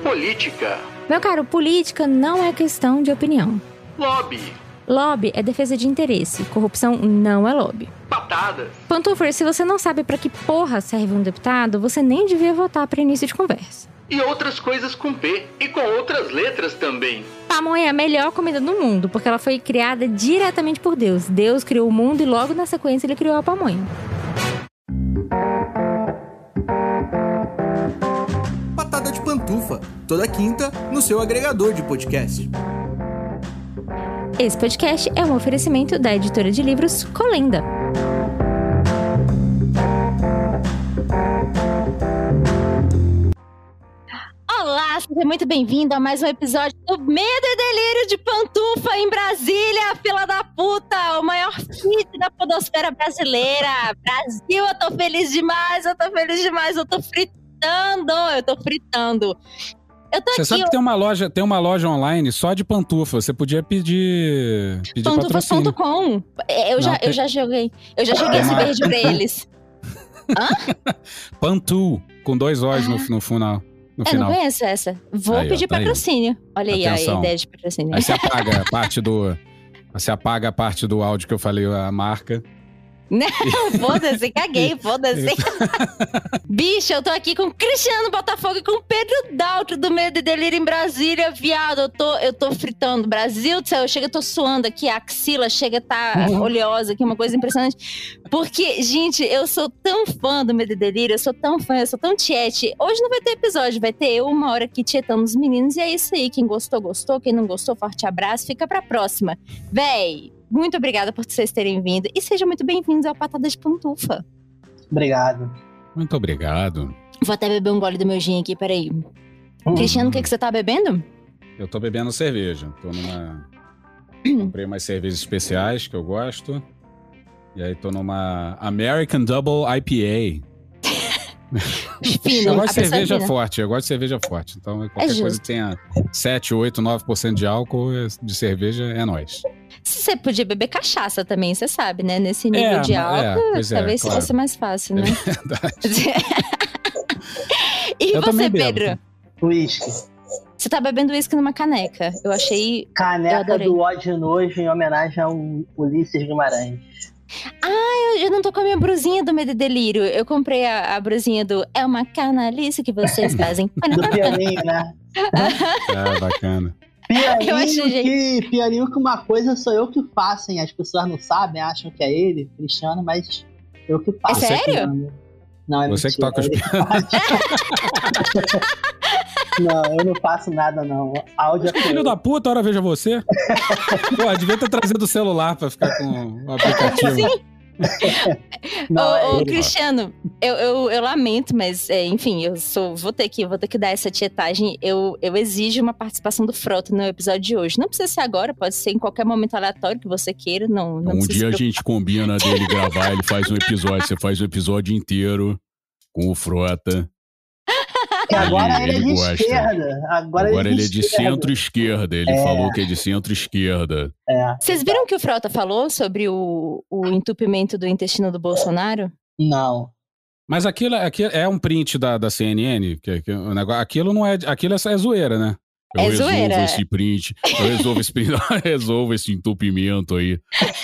Política. Meu caro, política não é questão de opinião. Lobby. Lobby é defesa de interesse. Corrupção não é lobby. Patadas. Pantufer, se você não sabe pra que porra serve um deputado, você nem devia votar pra início de conversa. E outras coisas com P. E com outras letras também. Pamonha é a melhor comida do mundo, porque ela foi criada diretamente por Deus. Deus criou o mundo e logo na sequência ele criou a pamonha. Patada de Pantufa, toda quinta no seu agregador de podcast. Esse podcast é um oferecimento da editora de livros Colenda. Olá, seja muito bem-vindo a mais um episódio do Medo e Delírio de Pantufa em Brasília, fila da puta, o maior feat da podosfera brasileira. Brasil, eu tô feliz demais, eu tô fritando. Você sabe que tem uma loja online só de pantufa. Você podia pedir patrocínio. Pantufas.com. Eu já joguei esse verde pra eles. Hã? Pantu, com 2 O's no final. Eu não conheço essa. Vou pedir patrocínio. Olha aí a ideia de patrocínio. Aí você apaga a parte do áudio que eu falei, a marca. Não, foda-se, caguei, foda-se. Bicho, eu tô aqui com Cristiano Botafogo e com Pedro Daltro do Medo e Delírio em Brasília, viado. Eu tô fritando. Brasil do céu, eu tô suando aqui, a axila chega a tá oleosa aqui, uma coisa impressionante. Porque, gente, eu sou tão fã do Medo e Delírio, eu sou tão tiete. Hoje não vai ter episódio, vai ter eu 1 hora aqui tietando os meninos e é isso aí. Quem gostou, gostou. Quem não gostou, forte abraço. Fica pra próxima. Véi, muito obrigada por vocês terem vindo. E sejam muito bem-vindos ao Patada de Pantufa. Obrigado. Muito obrigado. Vou até beber um gole do meu gin aqui, peraí. Cristiano, o que você tá bebendo? Eu tô bebendo cerveja. Comprei umas cervejas especiais que eu gosto. E aí tô numa American Double IPA. Fino, eu gosto de cerveja forte. Então, qualquer coisa que tenha 7, 8, 9% de álcool de cerveja é nóis. Você podia beber cachaça também, você sabe, né? Nesse nível de álcool, talvez fosse mais fácil, né? É verdade. E eu você, Pedro? Uísque. Você tá bebendo uísque numa caneca. Eu achei... Caneca do ódio e nojo em homenagem ao Ulisses Guimarães. Eu não tô com a minha brusinha do Medo e Delírio. Eu comprei a brusinha do É uma canalice que vocês fazem. Do pianinho, né? Bacana. Pianinho que uma coisa sou eu que faço, hein? As pessoas não sabem, acham que é ele, Cristiano, mas eu que faço. É sério? Não, é você mentira, que toca os pianos. Não, eu não faço nada, não. Áudio é filho da puta, hora veja você. Pô, devia ter trazido o celular pra ficar com o aplicativo. Sim. Ô, Cristiano, eu lamento, mas enfim, vou ter que dar essa tietagem. Eu exijo uma participação do Frota no episódio de hoje. Não precisa ser agora, pode ser em qualquer momento aleatório que você queira. Não um dia a gente combina dele gravar, ele faz um episódio, você faz o episódio inteiro com o Frota. Agora ele é de esquerda. Agora ele é de centro-esquerda. Ele falou que é de centro-esquerda. Vocês viram que o Frota falou sobre o entupimento do intestino do Bolsonaro? Não. Mas aquilo é um print da CNN? O negócio, aquilo não é. Aquilo é zoeira, né? Eu resolvo esse print. Eu resolvo esse entupimento aí.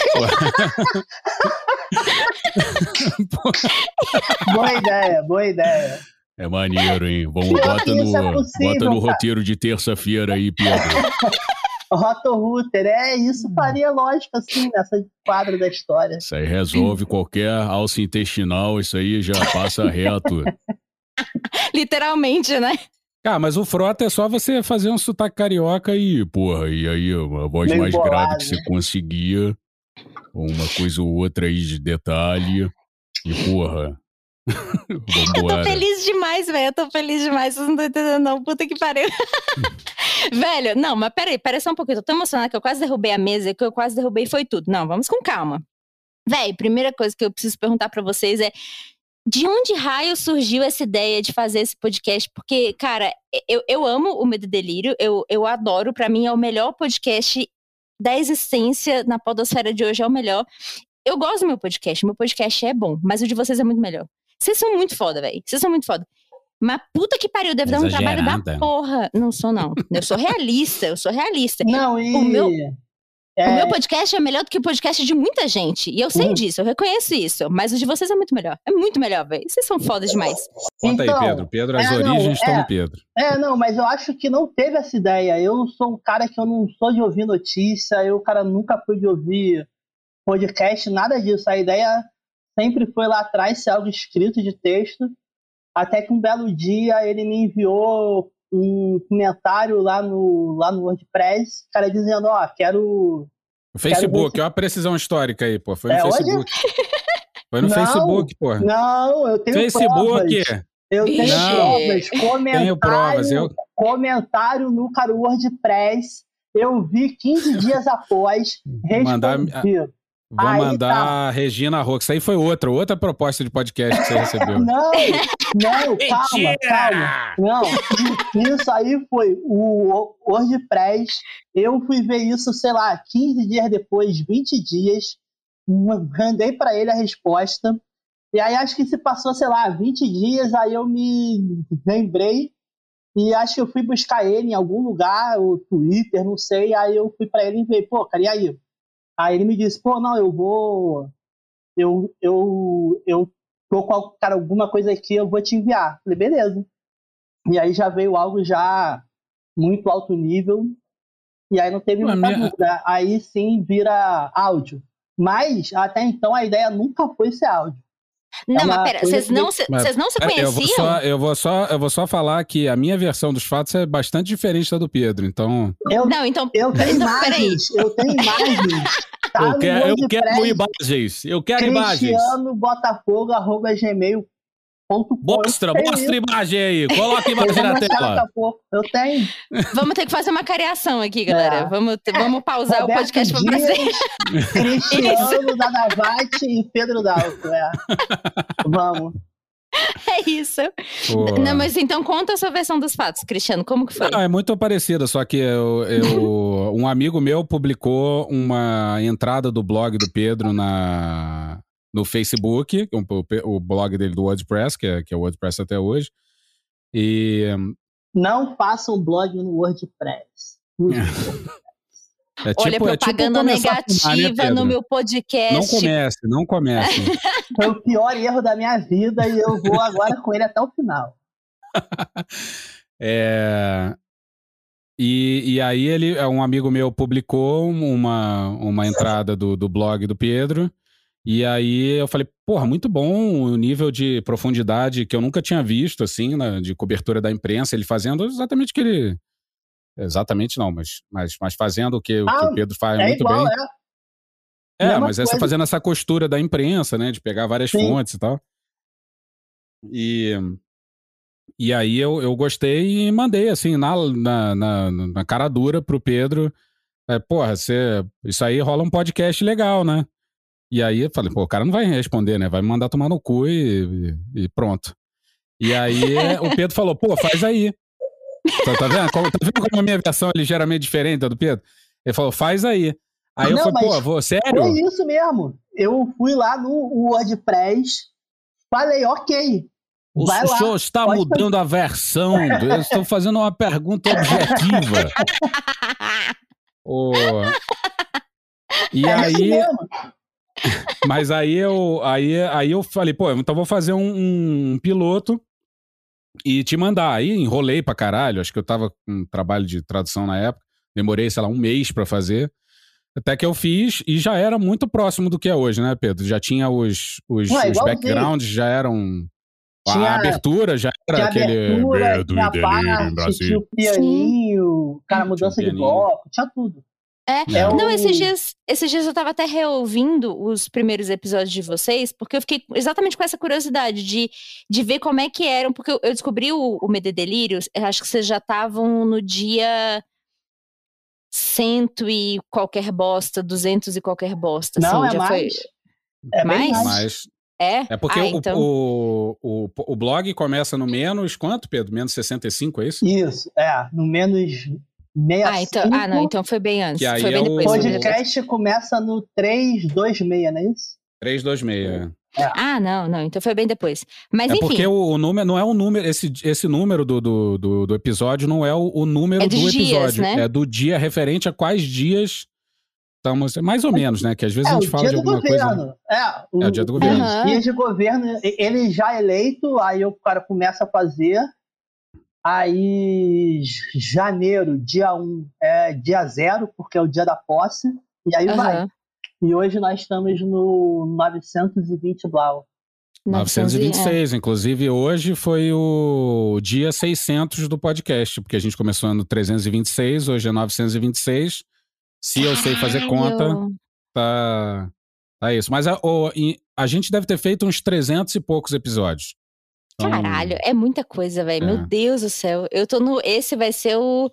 Boa ideia. É maneiro, hein? Bota no roteiro de terça-feira aí, Pedro. Roto-Router, isso faria lógica, assim, nessa quadro da história. Isso aí resolve qualquer alça intestinal, isso aí já passa reto. Literalmente, né? Mas o Frota é só você fazer um sotaque carioca e aí uma voz meio mais bolado, grave que você conseguia, uma coisa ou outra aí de detalhe, e porra... Eu tô feliz demais, velho. Vocês não estão entendendo, não. Puta que pariu. Velho, não, mas peraí só um pouquinho. Eu tô tão emocionada que eu quase derrubei a mesa, que eu quase derrubei foi tudo. Não, vamos com calma. Velho, primeira coisa que eu preciso perguntar pra vocês é: de onde raio surgiu essa ideia de fazer esse podcast? Porque, cara, eu amo o Medo e Delírio, eu adoro. Pra mim é o melhor podcast da existência na podosfera de hoje, é o melhor. Eu gosto do meu podcast é bom, mas o de vocês é muito melhor. Vocês são muito foda, velho. Vocês são muito foda. Mas puta que pariu, deve dar um trabalho da porra. Não sou, não. Eu sou realista. Não, O meu podcast é melhor do que o podcast de muita gente. E eu sei disso, eu reconheço isso. Mas o de vocês é muito melhor. É muito melhor, velho. Vocês são fodas demais. Conta aí, Pedro. Pedro, as origens estão no Pedro. Não, mas eu acho que não teve essa ideia. Eu sou um cara que eu não sou de ouvir notícia. Cara, nunca fui de ouvir podcast, nada disso. A ideia sempre foi lá atrás ser algo escrito de texto. Até que um belo dia ele me enviou um comentário lá no WordPress, cara dizendo, quero... O Facebook, olha a precisão histórica aí, pô. Foi no Facebook. Foi no Facebook, pô. Não, eu tenho Facebook. provas. Eu tenho provas. Comentário no cara WordPress. Eu vi 15 dias após. Vou mandar a Regina Roca. Isso aí foi outra proposta de podcast que você recebeu. Não, calma. Não, isso aí foi o WordPress. Eu fui ver isso, sei lá, 15 dias depois, 20 dias. Mandei para ele a resposta. E aí acho que se passou, sei lá, 20 dias, aí eu me lembrei. E acho que eu fui buscar ele em algum lugar, o Twitter, não sei. Aí eu fui para ele e falei, pô, cara, e aí? Aí ele me disse, pô, não, eu tô com alguma coisa aqui, eu vou te enviar. Falei, beleza. E aí já veio algo já muito alto nível, e aí não teve muita dúvida. Aí sim vira áudio. Mas, até então, a ideia nunca foi ser áudio. Não, mas pera, vocês não se conheciam? Eu vou só falar que a minha versão dos fatos é bastante diferente da do Pedro, então... Eu tenho imagens. Tá, eu quero imagens. Cristiano_Botafogo@gmail.com. Mostra a imagem aí. Coloca a imagem na tela. Eu tenho. Vamos ter que fazer uma cariação aqui, galera. Vamos pausar Roberto o podcast pra fazer. Cristiano, Dadavati e Pedro Dalto. Vamos. É isso. Não, mas então conta a sua versão dos fatos, Cristiano. Como que foi? É muito parecida, só que um amigo meu publicou uma entrada do blog do Pedro no Facebook, o blog dele do WordPress, que é o WordPress até hoje. E... Não faça um blog no WordPress. Olha, propaganda negativa no meu podcast. Não comece. Foi o pior erro da minha vida e eu vou agora com ele até o final. E aí um amigo meu publicou uma entrada do blog do Pedro, e aí eu falei, porra, muito bom o nível de profundidade que eu nunca tinha visto, assim, de cobertura da imprensa, ele fazendo exatamente o que ele... Exatamente não, mas fazendo o que o Pedro faz muito igual, bem. Mas fazendo essa costura da imprensa, né, de pegar várias fontes e tal. E aí eu gostei e mandei, assim, na cara dura pro Pedro, porra, isso aí rola um podcast legal, né? E aí eu falei, pô, o cara não vai responder, né? Vai me mandar tomar no cu e pronto. E aí o Pedro falou, pô, faz aí. Tá vendo? Tá vendo como a minha versão é ligeiramente diferente da do Pedro? Ele falou, faz aí. Aí eu falei, pô, sério? Foi isso mesmo. Eu fui lá no WordPress, falei, ok. O senhor está mudando a versão. Eu estou fazendo uma pergunta objetiva. E aí... Mas aí eu falei, pô, então vou fazer um piloto e te mandar. Aí enrolei pra caralho, acho que eu tava com um trabalho de tradução na época, demorei, sei lá, 1 mês pra fazer, até que eu fiz e já era muito próximo do que é hoje, né, Pedro? Já tinha os backgrounds, já eram... A abertura já era aquele... Tinha parte, tinha o pianinho, mudança de bloco, tinha tudo. Não, esses dias eu tava até reouvindo os primeiros episódios de vocês, porque eu fiquei exatamente com essa curiosidade de ver como é que eram, porque eu descobri o Medo e Delírios, acho que vocês já estavam no dia 100 e qualquer bosta, 200 e qualquer bosta. Não, assim, mais. Mais? É porque o blog começa no menos quanto, Pedro? Menos 65, é isso? Isso, no menos 65. Então foi bem antes. Foi bem depois. O podcast começa no 326, não é isso? 326, Ah, não, então foi bem depois. Mas enfim. Porque o número não é o número, esse número do episódio não é o número do episódio. Dias, né? É do dia referente a quais dias estamos. Mais ou menos, né? Que às vezes a gente fala de alguma coisa. É o dia do governo. Os dias de governo, ele já eleito, aí o cara começa a fazer. Aí, janeiro, dia 1 é dia 0, porque é o dia da posse. E aí vai. E hoje nós estamos no 920 Blau. 926, inclusive hoje foi o dia 600 do podcast, porque a gente começou no 326, hoje é 926. Se eu sei fazer conta, tá isso. Mas a gente deve ter feito uns 300 e poucos episódios. Então, caralho, é muita coisa, velho. Meu Deus do céu. Esse vai ser o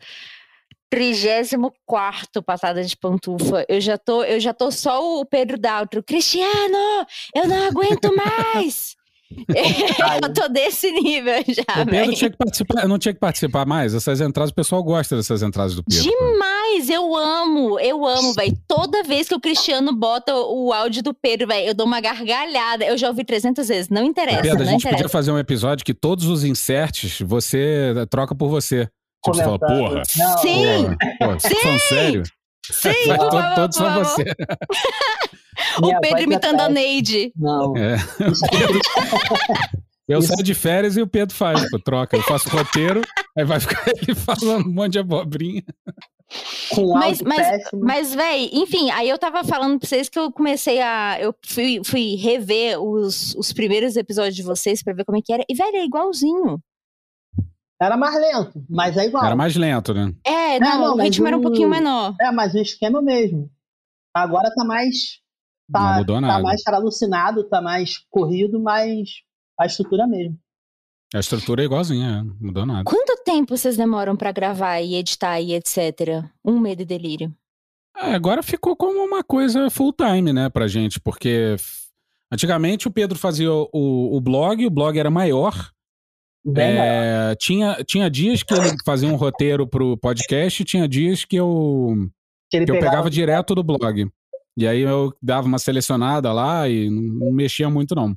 34º Patada de Pantufa. Eu já tô só o Pedro Daltro. Cristiano, eu não aguento mais! Eu tô desse nível já, o Pedro tinha que participar, não tinha que participar mais? Essas entradas, o pessoal gosta dessas entradas do Pedro. Demais! Eu amo, velho. Toda vez que o Cristiano bota o áudio do Pedro, velho, eu dou uma gargalhada. Eu já ouvi 300 vezes, não interessa. Pedro, a gente podia fazer um episódio que todos os inserts você troca por você. Tipo, você fala, porra. Sim! Porra, sim! Falando sério? Sim! Todos são você. O Pedro imitando a Neide. Não. Eu saio de férias e o Pedro faz, troca. Eu faço roteiro, aí vai ficar ele falando um monte de abobrinha. Mas, véi, enfim, aí eu tava falando pra vocês que eu comecei eu fui rever os primeiros episódios de vocês pra ver como é que era. E, velho, é igualzinho. Era mais lento, mas é igual. Era mais lento, né? O ritmo era um pouquinho menor. Mas o esquema é o mesmo. Agora tá mais... Não mudou nada. Tá mais alucinado, tá mais corrido, mas a estrutura é a mesma. A estrutura é igualzinha, não mudou nada. Quanto tempo vocês demoram pra gravar e editar e etc? Medo e Delírio. Agora ficou como uma coisa full time, né, pra gente, porque antigamente o Pedro fazia o blog era maior. Tinha dias que ele fazia um roteiro pro podcast, tinha dias que eu pegava direto do blog. E aí eu dava uma selecionada lá e não mexia muito, não.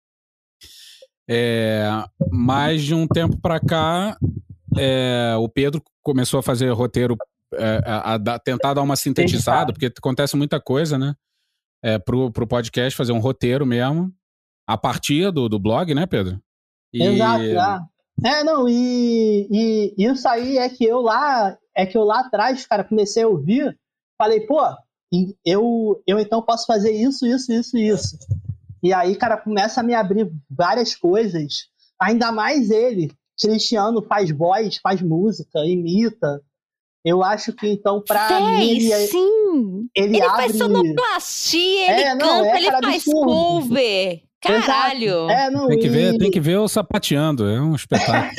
Mais de um tempo pra cá, o Pedro começou a fazer roteiro, tentar dar uma sintetizada, porque acontece muita coisa, né? Pro podcast, fazer um roteiro mesmo, a partir do blog, né, Pedro? Exato. E isso aí é que eu lá atrás, cara, comecei a ouvir, falei, pô, eu então posso fazer isso. E aí, cara, começa a me abrir várias coisas. Ainda mais ele, Cristiano, faz voz, faz música, imita. Eu acho que, então, pra mim... Ele abre... faz sonoplastia, ele canta, ele faz cover. Caralho! Tem que ver eu sapateando, é um espetáculo.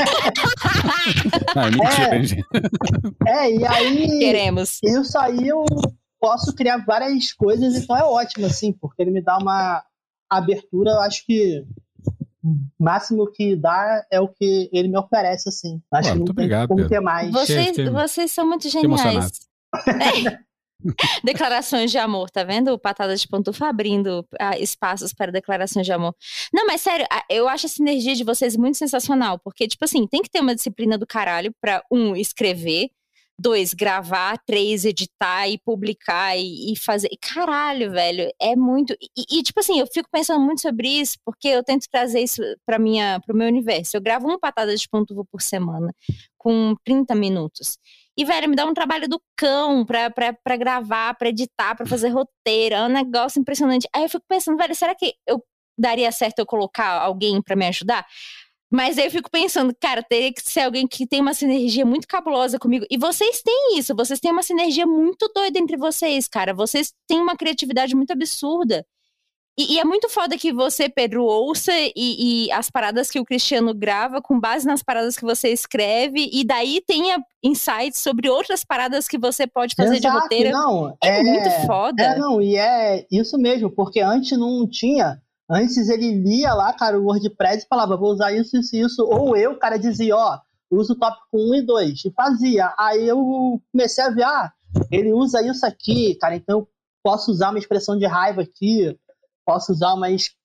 Mentira, gente. E aí... Queremos. Isso aí eu posso criar várias coisas, então é ótimo, assim, porque ele me dá uma abertura, eu acho que o máximo que dá é o que ele me oferece, assim. Acho que não tem como ter mais. Vocês são muito geniais. Declarações de amor, tá vendo? O Patada de Pantufa abrindo espaços para declarações de amor. Não, mas sério, eu acho a sinergia de vocês muito sensacional, porque, tipo assim, tem que ter uma disciplina do caralho pra, escrever, 2, gravar, 3, editar e publicar e fazer. E caralho, velho, é muito... E, tipo assim, eu fico pensando muito sobre isso, porque eu tento trazer isso pro meu universo. Eu gravo uma Patada de Pantufa por semana, com 30 minutos. E, velho, me dá um trabalho do cão pra gravar, pra editar, pra fazer roteiro. É um negócio impressionante. Aí eu fico pensando, velho, será que eu daria certo eu colocar alguém pra me ajudar? Mas aí eu fico pensando, cara, teria que ser alguém que tem uma sinergia muito cabulosa comigo. E vocês têm isso, vocês têm uma sinergia muito doida entre vocês, cara. Vocês têm uma criatividade muito absurda. E é muito foda que você, Pedro, ouça e as paradas que o Cristiano grava com base nas paradas que você escreve e daí tenha insights sobre outras paradas que você pode fazer de roteiro. Não, é muito foda. E é isso mesmo, porque antes não tinha. Antes ele lia lá, cara, o WordPress e falava, vou usar isso. Ou eu, cara, dizia, usa o tópico 1 e 2. E fazia. Aí eu comecei a ver, ele usa isso aqui, cara, então eu posso usar uma expressão de raiva aqui, posso usar uma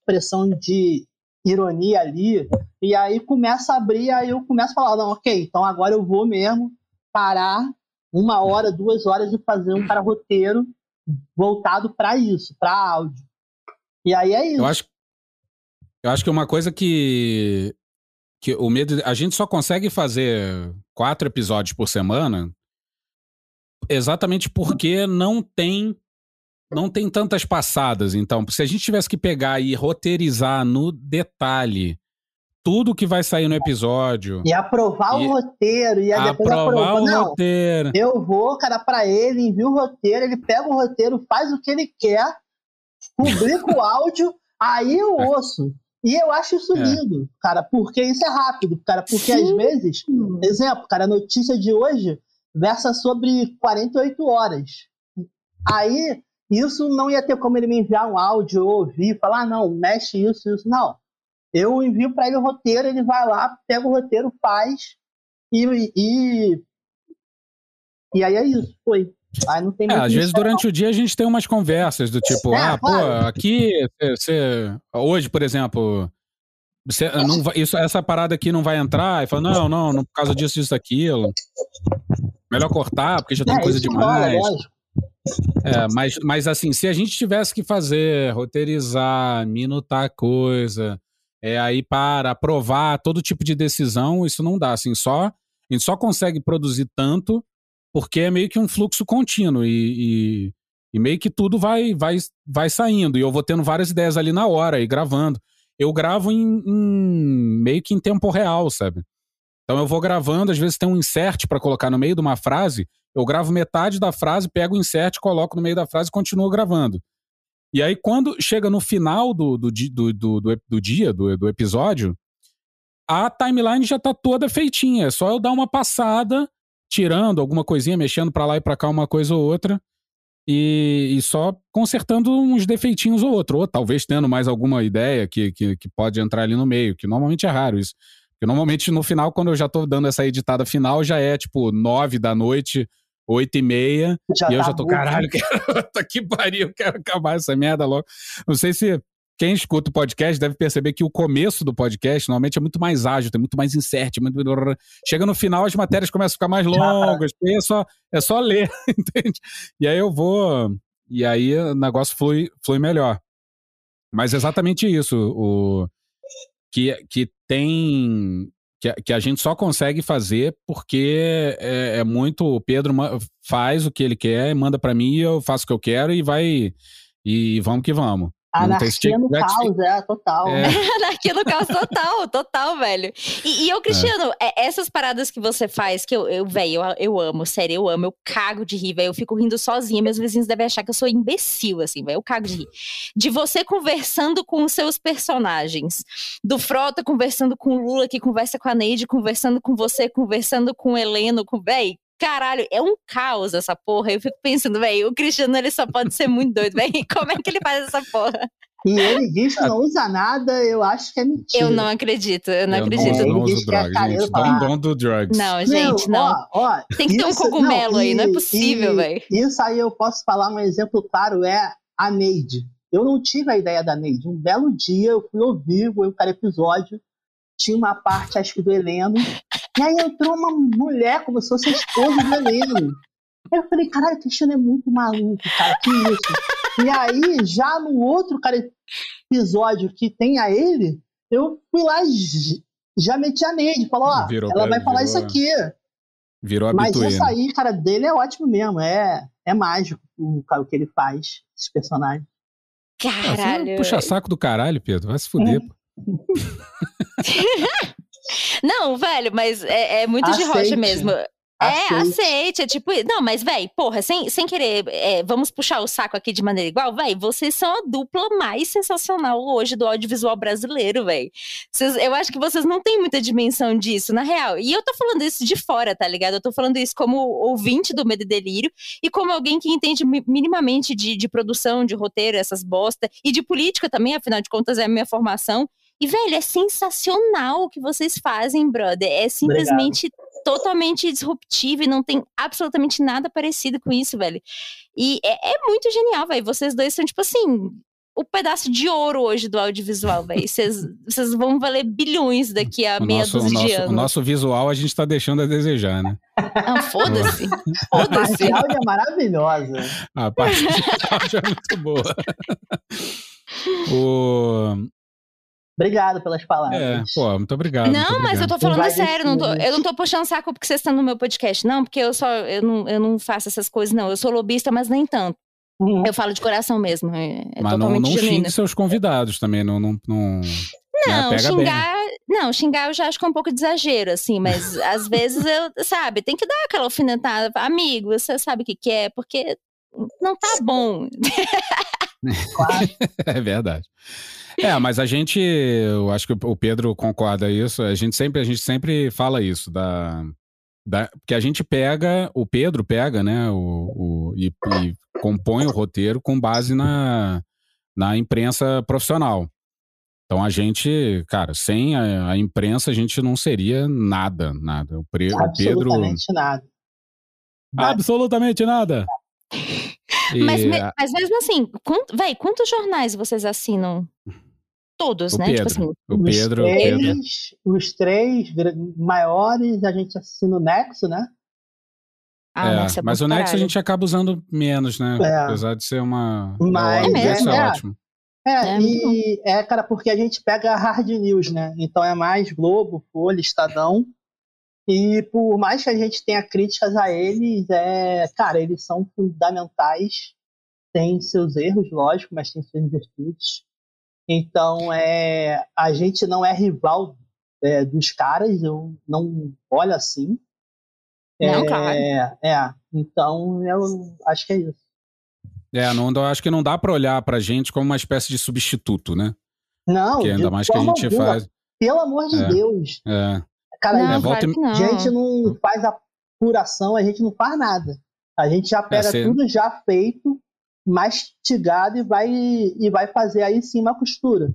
expressão de ironia ali, e aí começa a abrir, aí eu começo a falar, não, ok, então agora eu vou mesmo parar 1 hora, 2 horas e fazer um roteiro voltado para isso, para áudio. E aí é isso. Eu acho que uma coisa que o medo... A gente só consegue fazer 4 episódios por semana exatamente porque não tem tantas passadas. Então, se a gente tivesse que pegar e roteirizar no detalhe tudo que vai sair no episódio... E aprovar o roteiro, e depois aprovar o roteiro. Eu vou, cara, pra ele, envio o roteiro, ele pega o roteiro, faz o que ele quer, publica o áudio, aí eu ouço. E eu acho isso lindo, cara, porque isso é rápido, cara, porque às vezes, exemplo, cara, a notícia de hoje versa sobre 48 horas. Aí, isso não ia ter como ele me enviar um áudio, eu ouvir, falar, não, mexe isso, não. Eu envio pra ele o roteiro, ele vai lá, pega o roteiro, faz, e aí é isso, foi. Aí não tem às vezes durante o dia a gente tem umas conversas do tipo, claro. Pô, aqui, hoje, por exemplo, essa parada aqui não vai entrar, e fala, não, por causa disso, aquilo. Melhor cortar, porque já tem coisa demais. Mas assim, se a gente tivesse que fazer, roteirizar, minutar coisa, aí para aprovar todo tipo de decisão, isso não dá, assim, a gente só consegue produzir tanto porque é meio que um fluxo contínuo e meio que tudo vai saindo. E eu vou tendo várias ideias ali na hora e gravando. Eu gravo meio que em tempo real, sabe? Então eu vou gravando, às vezes tem um insert para colocar no meio de uma frase, eu gravo metade da frase, pego o insert, coloco no meio da frase e continuo gravando. E aí quando chega no final do episódio, a timeline já tá toda feitinha. É só eu dar uma passada, tirando alguma coisinha, mexendo pra lá e pra cá uma coisa ou outra, e só consertando uns defeitinhos ou outro, ou talvez tendo mais alguma ideia que pode entrar ali no meio, que normalmente é raro isso. Porque normalmente no final, quando eu já tô dando essa editada final, já é tipo 9 da noite, 8h30, e eu já tô, caralho, que pariu, quero acabar essa merda logo. Não sei se quem escuta o podcast deve perceber que o começo do podcast normalmente é muito mais ágil, tem muito mais insert, chega no final as matérias começam a ficar mais longas, é só ler, entende? E aí e aí o negócio flui melhor. Mas exatamente isso, que a gente só consegue fazer porque é muito, o Pedro faz o que ele quer, manda pra mim, eu faço o que eu quero e vamos que vamos. Anarquia no caos, total. Anarquia no caos, total, velho. E eu, Cristiano, essas paradas que você faz, que eu amo, sério, eu amo, eu cago de rir, velho, eu fico rindo sozinha, meus vizinhos devem achar que eu sou imbecil, assim, velho, eu cago de rir. De você conversando com os seus personagens, do Frota conversando com o Lula, que conversa com a Neide, conversando com você, conversando com o Heleno, véi, caralho, é um caos essa porra. Eu fico pensando, velho, o Cristiano, ele só pode ser muito doido, velho. Como é que ele faz essa porra? E ele diz que não usa nada, eu acho que é mentira. Eu não acredito, eu não acredito. Eu não uso drogas, gente. Don't do drugs. Não, gente, não. Tem que ter um cogumelo aí, não é possível, velho. Isso aí eu posso falar, um exemplo claro é a Neide. Eu não tive a ideia da Neide. Um belo dia eu fui ouvir o episódio, tinha uma parte, acho que do Heleno, e aí entrou uma mulher, como se fosse a esposa do Heleno. Aí eu falei, caralho, o Cristiano é muito maluco, cara, que isso? E aí, já no outro episódio que tem a ele, eu fui lá e já meti a Neide, falou, ela vai falar isso aqui. Virou habituê. Mas isso né? aí, cara, dele é ótimo mesmo, é mágico o que ele faz, esses personagens. Caralho. Puxa saco do caralho, Pedro, vai se fuder, pô. Não, velho, mas é muito aceite. De rocha mesmo. Aceite. É tipo, não, mas, velho, porra, sem querer, vamos puxar o saco aqui de maneira igual, velho, vocês são a dupla mais sensacional hoje do audiovisual brasileiro, velho. Eu acho que vocês não têm muita dimensão disso, na real. E eu tô falando isso de fora, tá ligado? Eu tô falando isso como ouvinte do Medo e Delírio e como alguém que entende minimamente de produção, de roteiro, essas bosta, e de política também, afinal de contas, é a minha formação. E, velho, é sensacional o que vocês fazem, brother. É simplesmente totalmente disruptivo e não tem absolutamente nada parecido com isso, velho. E é muito genial, velho. Vocês dois são, tipo assim, o pedaço de ouro hoje do audiovisual, velho. Vocês vão valer bilhões daqui a meia dúzia de anos. O nosso visual a gente tá deixando a desejar, né? Não, foda-se. A parte de áudio é maravilhosa. A parte de áudio é muito boa. Obrigado pelas palavras. Muito obrigado. Não, mas eu tô falando sério. Eu não tô puxando saco porque vocês estão no meu podcast, não. Porque eu não faço essas coisas, não. Eu sou lobista, mas nem tanto. Eu falo de coração mesmo. Mas não xingue seus convidados também. Não, xingar eu já acho que é um pouco de exagero, assim. Mas às vezes sabe, tem que dar aquela alfinetada. Amigo, você sabe o que é, porque não tá bom. Claro. É verdade. Mas eu acho que o Pedro concorda isso, a gente sempre fala isso, porque a gente o Pedro pega, né, e compõe o roteiro com base na imprensa profissional. Então a gente, cara, sem a imprensa a gente não seria nada. Absolutamente nada. Absolutamente nada. Mas mesmo assim, quantos jornais vocês assinam? Todos, né? Pedro, tipo assim. Os três maiores a gente assina o Nexo, né? Mas o Nexo a gente acaba usando menos, né? Apesar de ser uma... Mas isso é ótimo. Cara, porque a gente pega a hard news, né? Então é mais Globo, Folha, Estadão. E por mais que a gente tenha críticas a eles, cara, eles são fundamentais. Tem seus erros, lógico, mas tem suas virtudes. Então, a gente não é rival dos caras, eu não olho assim. Não, claro. Então, eu acho que é isso. Eu acho que não dá pra olhar pra gente como uma espécie de substituto, né? Não, porque ainda mais que a gente faz. Pelo amor de Deus. Cara, não, a gente não faz apuração, a gente não faz nada. A gente já pega tudo já feito, mastigado e vai fazer aí sim uma costura.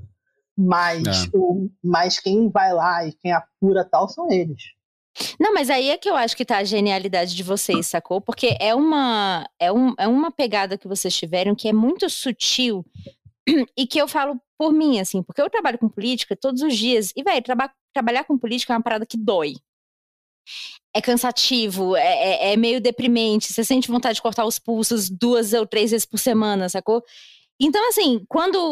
Mas quem vai lá e quem apura tal são eles. Não, mas aí é que eu acho que tá a genialidade de vocês, sacou? Porque é uma pegada que vocês tiveram que é muito sutil e que eu falo por mim, assim, porque eu trabalho com política todos os dias e, velho, trabalhar com política é uma parada que dói. É cansativo, é meio deprimente, você sente vontade de cortar os pulsos 2 ou 3 vezes por semana, sacou? Então, assim,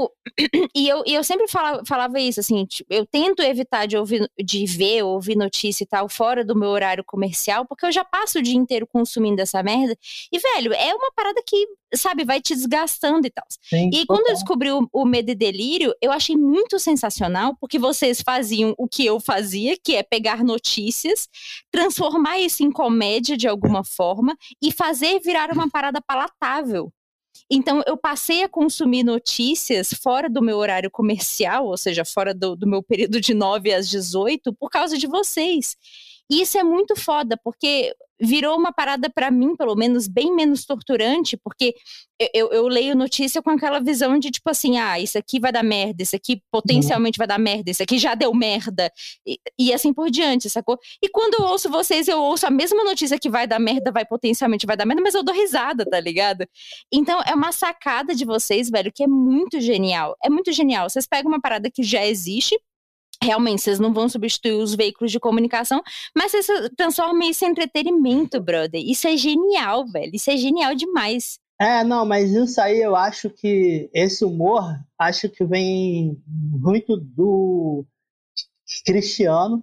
e eu sempre falava isso, assim, tipo, eu tento evitar de ouvir notícia e tal fora do meu horário comercial, porque eu já passo o dia inteiro consumindo essa merda. E, velho, é uma parada que, sabe, vai te desgastando e tal. Sim, e quando eu descobri o Medo e Delírio, eu achei muito sensacional, porque vocês faziam o que eu fazia, que é pegar notícias, transformar isso em comédia de alguma forma e fazer virar uma parada palatável. Então, eu passei a consumir notícias fora do meu horário comercial, ou seja, fora do meu período de 9 às 18, por causa de vocês. E isso é muito foda, porque virou uma parada pra mim, pelo menos, bem menos torturante, porque eu leio notícia com aquela visão de tipo assim, isso aqui vai dar merda, isso aqui potencialmente vai dar merda, isso aqui já deu merda, e assim por diante, sacou? E quando eu ouço vocês, eu ouço a mesma notícia que vai dar merda, potencialmente vai dar merda, mas eu dou risada, tá ligado? Então é uma sacada de vocês, velho, que é muito genial. É muito genial. Vocês pegam uma parada que já existe, realmente, vocês não vão substituir os veículos de comunicação, mas vocês transformam isso em entretenimento, brother. Isso é genial, velho. Isso é genial demais. Não, mas isso aí eu acho que esse humor, acho que vem muito do Cristiano.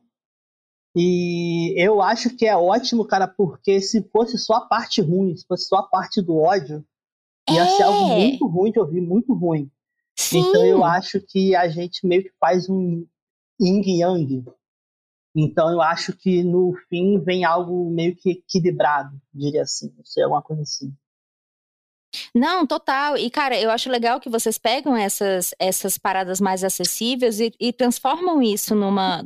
E eu acho que é ótimo, cara, porque se fosse só a parte ruim, se fosse só a parte do ódio, ia ser algo muito ruim de ouvir, muito ruim. Sim. Então eu acho que a gente meio que faz um yin e yang. Então eu acho que no fim vem algo meio que equilibrado, diria assim. Não sei, alguma coisa assim. Não, total. E, cara, eu acho legal que vocês pegam essas paradas mais acessíveis e transformam isso numa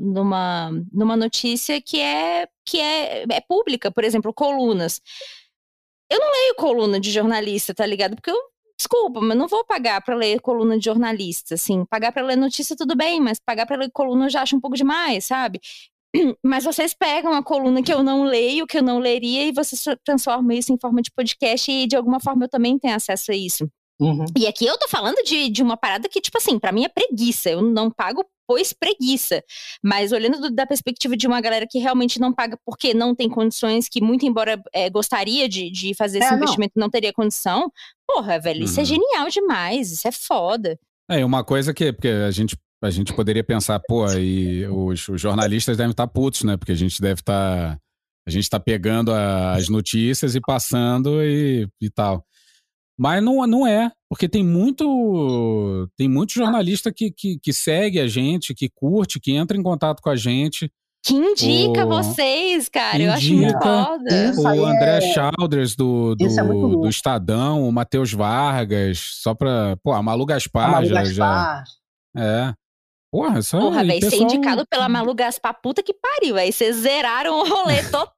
notícia que é pública. Por exemplo, colunas. Eu não leio coluna de jornalista, tá ligado? Porque desculpa, mas não vou pagar pra ler coluna de jornalista, assim. Pagar pra ler notícia tudo bem, mas pagar pra ler coluna eu já acho um pouco demais, sabe? Mas vocês pegam a coluna que eu não leio, que eu não leria, e vocês transformam isso em forma de podcast, e de alguma forma eu também tenho acesso a isso. Uhum. E aqui eu tô falando de uma parada que, tipo assim, pra mim é preguiça. Eu não pago, pois preguiça. Mas olhando da perspectiva de uma galera que realmente não paga porque não tem condições, que muito embora gostaria de fazer esse investimento, não teria condição. Porra, velho, isso é genial demais. Isso é foda. Uma coisa porque a gente poderia pensar, pô, e os jornalistas devem estar putos, né? Porque a gente tá pegando as notícias e passando e tal. Mas não é, porque tem muito jornalista que segue a gente, que curte, que entra em contato com a gente. Que indica vocês, cara. Eu acho muito foda. O André Chalders do Estadão, o Matheus Vargas, só pra... Pô, a Malu Gaspar já... É. Porra, isso aí... Porra, velho, pessoal... ser indicado pela Malu Gaspar, puta que pariu. Aí vocês zeraram o rolê total.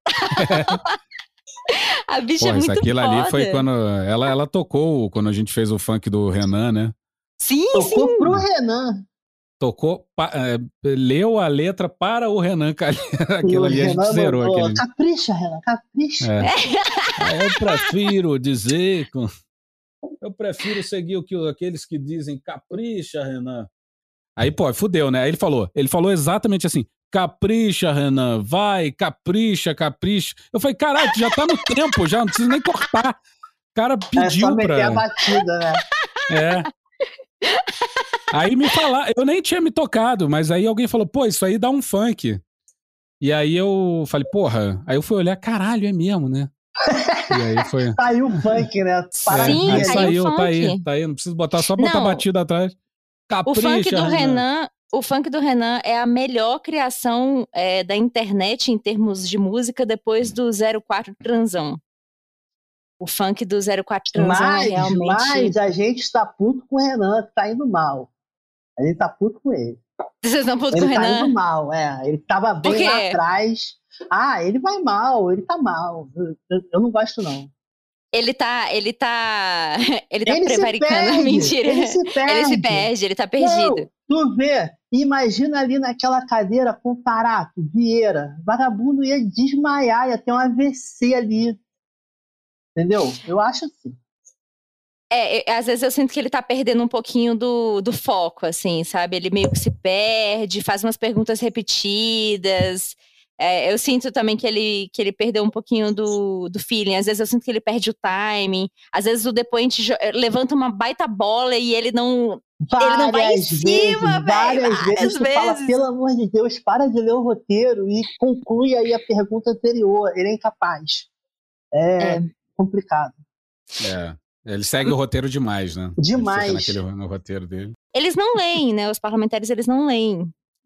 A bicha é muito foda. Aquilo ali foi quando... Ela tocou quando a gente fez o funk do Renan, né? Sim, tocou pro Renan. Tocou, leu a letra para o Renan Calheiros. Aquilo ali a gente zerou. Aquele... Capricha, Renan, capricha. Eu prefiro dizer... Eu prefiro seguir aqueles que dizem capricha, Renan. Aí, pô, fudeu, né? Aí ele falou exatamente assim, capricha, Renan, vai, capricha. Eu falei, caralho, já tá no tempo, já não precisa nem cortar. O cara pediu só meter a batida, né? Aí me falaram, eu nem tinha me tocado, mas aí alguém falou, pô, isso aí dá um funk. E aí eu falei, porra, aí eu fui olhar, caralho, é mesmo, né? E aí foi... Saiu o funk, né? Sim, aí saiu, o funk. Tá aí, não preciso botar, só botar batida atrás. Capricha, o funk do Renan é a melhor criação da internet em termos de música depois do 04 Transão. O funk do 04 Transão é realmente... Mas a gente está puto com o Renan, que tá indo mal. A gente tá puto com ele. Vocês estão puto com o Renan? Ele tá indo mal, Ele tava bem lá atrás. Ele vai mal, ele tá mal. Eu não gosto, não. Ele tá prevaricando, mentira. Ele se perde, ele tá perdido. Não, tu vê, imagina ali naquela cadeira com Parato, Vieira, vagabundo ia desmaiar, ia ter um AVC ali. Entendeu? Eu acho assim. Às vezes eu sinto que ele tá perdendo um pouquinho do foco, assim, sabe? Ele meio que se perde, faz umas perguntas repetidas. Eu sinto também que ele perdeu um pouquinho do feeling. Às vezes eu sinto que ele perde o timing. Às vezes o depoente levanta uma baita bola e ele não vai em cima, velho. Várias vezes tu fala, pelo amor de Deus, para de ler o roteiro e conclui aí a pergunta anterior. Ele é incapaz. É complicado. Ele segue o roteiro demais, né? Demais. No roteiro dele. Eles não leem, né? Os parlamentares, eles não leem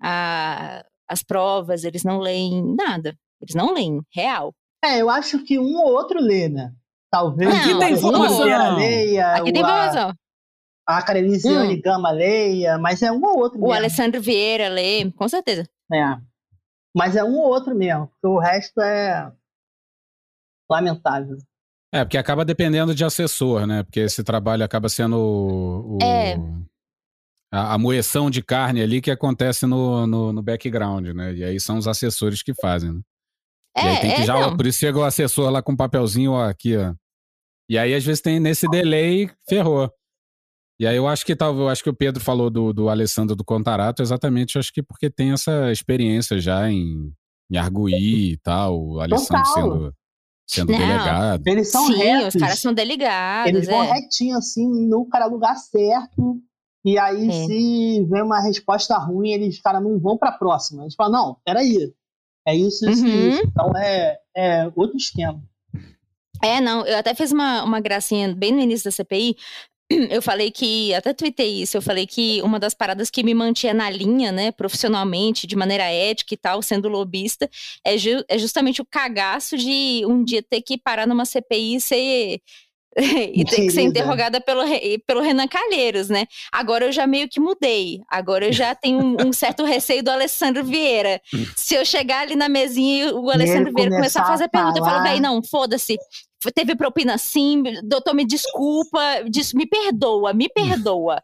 as provas, eles não leem nada. Eles não leem, real. Eu acho que um ou outro lê, né? Talvez aqui tem informação. Leia, aqui tem informação. A Carelisiane Gama leia, mas é um ou outro mesmo. O Alessandro Vieira lê, com certeza. Mas é um ou outro mesmo, porque o resto é lamentável. Porque acaba dependendo de assessor, né? Porque esse trabalho acaba sendo a moeção de carne ali que acontece no background, né? E aí são os assessores que fazem, né? E aí tem que por isso chega o assessor lá com um papelzinho aqui, ó. E aí às vezes tem nesse delay, ferrou. E aí eu acho que o Pedro falou do Alessandro do Contarato exatamente, eu acho que porque tem essa experiência já em arguir e tal, o Alessandro sendo delegado. Eles são retos. Os caras são delegados. Eles vão retinho, assim, no lugar certo. E aí, se vem uma resposta ruim, os caras não vão pra próxima. Eles falam, não, peraí. É isso. Então, é outro esquema. Não, eu até fiz uma gracinha bem no início da CPI. Eu falei até tuitei isso, eu falei que uma das paradas que me mantinha na linha, né, profissionalmente, de maneira ética e tal, sendo lobista, é justamente o cagaço de um dia ter que parar numa CPI e ter que ser interrogada pelo Renan Calheiros, né? Agora eu já meio que mudei. Agora eu já tenho um certo receio do Alessandro Vieira. Se eu chegar ali na mesinha e o Alessandro Vieira começar a fazer pergunta, eu falo, véi, não, foda-se. Teve propina sim, doutor, me desculpa, me perdoa.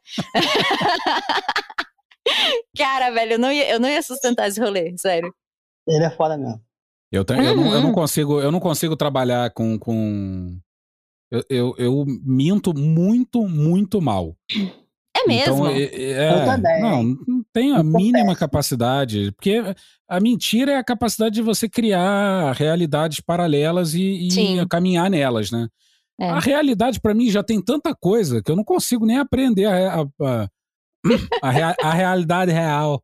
Cara, velho, eu não ia sustentar esse rolê, sério. Ele é foda mesmo. Eu não consigo trabalhar com eu minto muito, muito mal. É mesmo? Então, Eu também. não tenho a mínima capacidade, porque a mentira é a capacidade de você criar realidades paralelas e Sim. caminhar nelas, né? É. A realidade, pra mim, já tem tanta coisa que eu não consigo nem aprender a realidade real.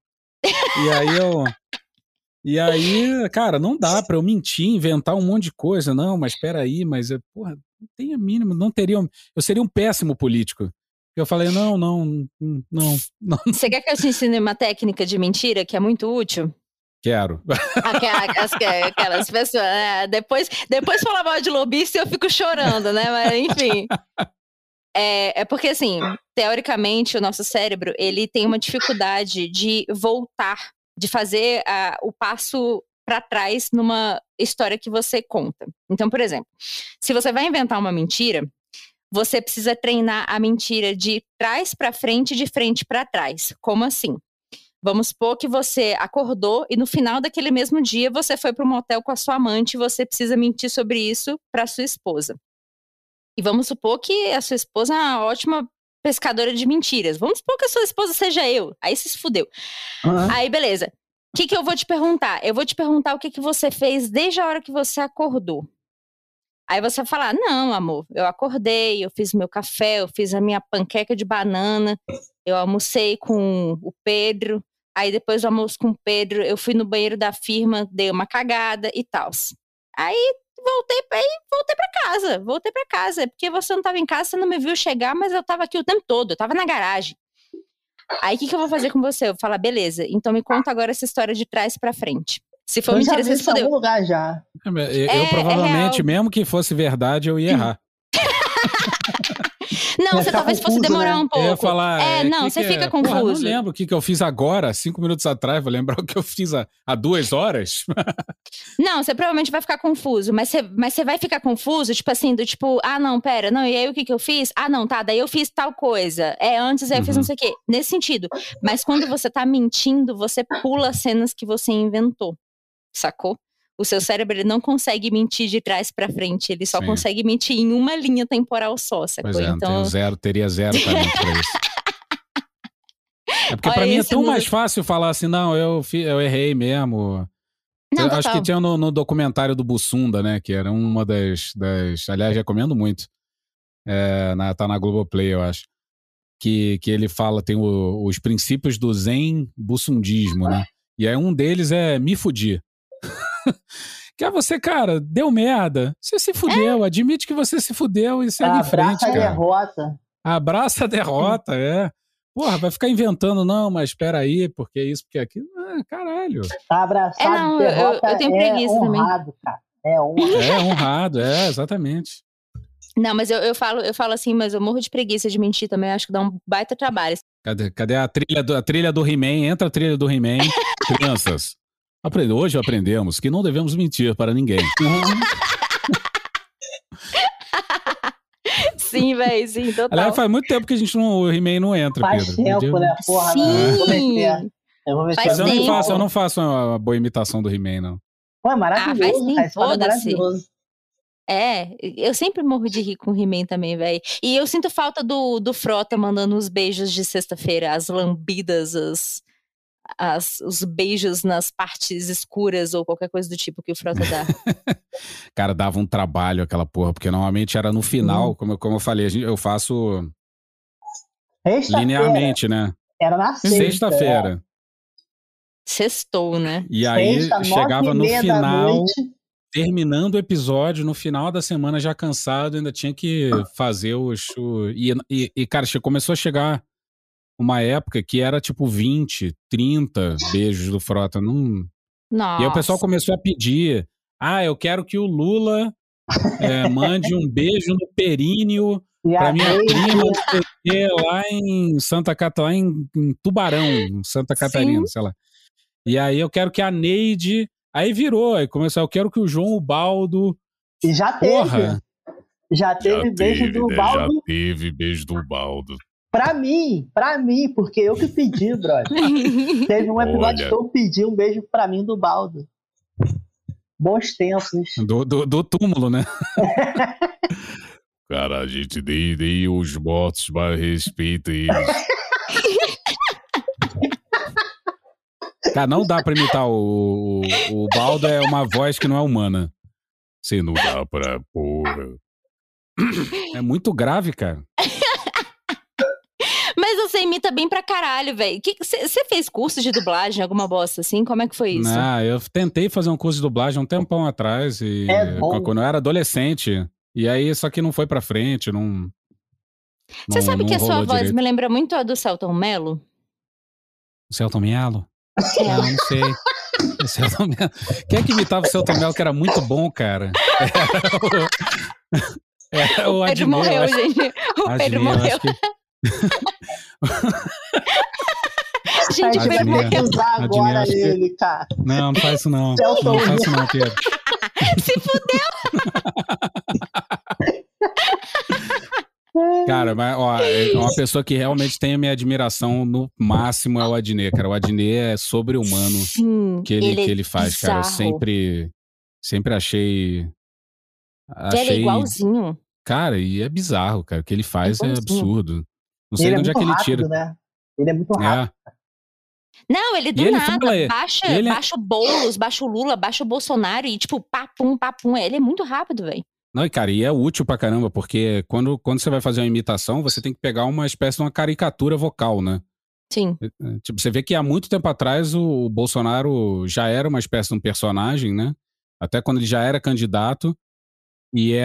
E aí, cara, não dá pra eu mentir, inventar um monte de coisa. Não, mas peraí, porra, não tem a mínima, não teria... Eu seria um péssimo político. Eu falei, não. Você quer que eu te ensine uma técnica de mentira que é muito útil? Quero. Aquelas pessoas, né? Depois falar mal de lobista e eu fico chorando, né? Mas, enfim. É porque, assim, teoricamente, o nosso cérebro, ele tem uma dificuldade de voltar, de fazer o passo para trás numa história que você conta. Então, por exemplo, se você vai inventar uma mentira, você precisa treinar a mentira de trás para frente e de frente para trás. Como assim? Vamos supor que você acordou e no final daquele mesmo dia você foi para um motel com a sua amante e você precisa mentir sobre isso para sua esposa. E vamos supor que a sua esposa é uma ótima pescadora de mentiras. Vamos supor que a sua esposa seja eu. Aí você se fudeu. Uhum. Aí, beleza. O que eu vou te perguntar? Eu vou te perguntar o que você fez desde a hora que você acordou. Aí você vai falar, não, amor, eu acordei, eu fiz meu café, eu fiz a minha panqueca de banana, eu almocei com o Pedro, aí depois do almoço com o Pedro, eu fui no banheiro da firma, dei uma cagada e tal. Aí voltei pra casa, é porque você não tava em casa, você não me viu chegar, mas eu tava aqui o tempo todo, eu tava na garagem. Aí o que eu vou fazer com você? Eu vou falar, beleza, então me conta agora essa história de trás pra frente. Se for mentira, você se fudeu. Eu já vi isso em algum lugar já. Eu provavelmente, mesmo que fosse verdade, eu ia errar. Não, você talvez confuso, fosse demorar né? um pouco. Eu ia falar... não, você fica confuso. Porra, não lembro o que eu fiz agora, 5 minutos atrás, vou lembrar o que eu fiz há 2 horas. Não, você provavelmente vai ficar confuso, mas você vai ficar confuso, tipo assim, não, pera, não, e aí o que eu fiz? Não, tá, daí eu fiz tal coisa. Antes aí eu fiz não sei o quê. Nesse sentido. Mas quando você tá mentindo, você pula cenas que você inventou. Sacou? O seu cérebro ele não consegue mentir de trás pra frente, ele só consegue mentir em uma linha temporal só, sacou? Pois é, então... teria zero talento pra isso. É porque pra mim é tão mais fácil falar assim, não, eu errei mesmo. Não, acho que tinha no documentário do Bussunda, né, que era uma das aliás, recomendo muito. Tá na Globoplay, eu acho. Que ele fala, tem os princípios do Zen Bussundismo, né? E aí um deles é me fudir. Que é você, cara, deu merda. Você se fudeu, admite que você se fudeu e segue em frente, cara. Abraça a derrota. Abraça a derrota, Porra, vai ficar inventando, não, mas espera aí, porque isso, porque aquilo. Caralho. Abraçar a derrota eu tenho preguiça honrado, também. Cara. É honrado. É honrado, exatamente. Não, mas eu falo assim, mas eu morro de preguiça de mentir também, acho que dá um baita trabalho. Cadê a trilha do He-Man? Entra a trilha do He-Man. Crianças. Hoje aprendemos que não devemos mentir para ninguém. Sim, velho, sim, total. Aliás, faz muito tempo que o He-Man não entra, Faz Pedro. tempo, né, porra? Sim. Eu vou ver Faz se tempo. Eu não faço uma boa imitação do He-Man, não. Pô, é maravilhoso, faz cara. tempo, É maravilhoso. Eu sempre morro de rir com o He-Man também, velho. E eu sinto falta do Frota mandando os beijos de sexta-feira, as lambidas, os beijos nas partes escuras ou qualquer coisa do tipo que o Frota dá. Cara, dava um trabalho aquela porra, porque normalmente era no final, como eu falei, eu faço linearmente, né? Era na sexta-feira. Sextou, né? E aí chegava no final, terminando o episódio, no final da semana já cansado, ainda tinha que fazer E cara, começou a chegar uma época que era tipo 20, 30 beijos do Frota. Nossa. E aí o pessoal começou a pedir, eu quero que o Lula mande um beijo no períneo pra minha prima lá em Santa Catarina, em Tubarão, Santa Catarina, sei lá. E aí eu quero que a Neide... Aí virou, aí começou, eu quero que o João Ubaldo... E já teve. Porra. Já teve beijo do Ubaldo. Já teve beijo do Ubaldo. Pra mim, porque eu que pedi, brother. Teve um episódio que eu pedi um beijo pra mim do Ubaldo. Bons tempos. Do túmulo, né? Cara, a gente dei os mortos, mas respeita eles. Cara, não dá pra imitar o Baldo, é uma voz que não é humana. Você não dá pra... Porra. É muito grave, cara. Mas você imita bem pra caralho, velho. Você fez curso de dublagem, alguma bosta assim? Como é que foi isso? Não, eu tentei fazer um curso de dublagem um tempão atrás, quando eu era adolescente. E aí, só que não foi pra frente, não... Você sabe que a sua voz direito. me lembra muito a do Selton Mello? Celton Mello? Não sei. O Celton Mello. Quem é que imitava o Celton Mello, que era muito bom, cara? Era o Pedro Adnet, morreu, gente. O Pedro morreu. Gente, A gente vai ter que usar agora Adnet, ele, cara. Não faz isso não. Celton Não faz isso não, Pedro. Se fudeu. Cara, mas ó, uma pessoa que realmente tem a minha admiração no máximo é o Adnet, cara. O Adnet é sobre-humano. Sim, que ele faz, bizarro. cara. Eu sempre achei... Ele é igualzinho. Cara, e é bizarro, cara. O que ele faz é absurdo. Não sei Ele de onde é que ele rápido, tira. né? Ele é muito rápido. Não, ele do nada baixa o Boulos, baixa o Lula, baixa o Bolsonaro e tipo, papum. Ele é muito rápido, velho. Não, e cara, e é útil pra caramba, porque quando você vai fazer uma imitação, você tem que pegar uma espécie de uma caricatura vocal, né? Sim. Tipo, você vê que há muito tempo atrás o Bolsonaro já era uma espécie de um personagem, né? Até quando ele já era candidato. E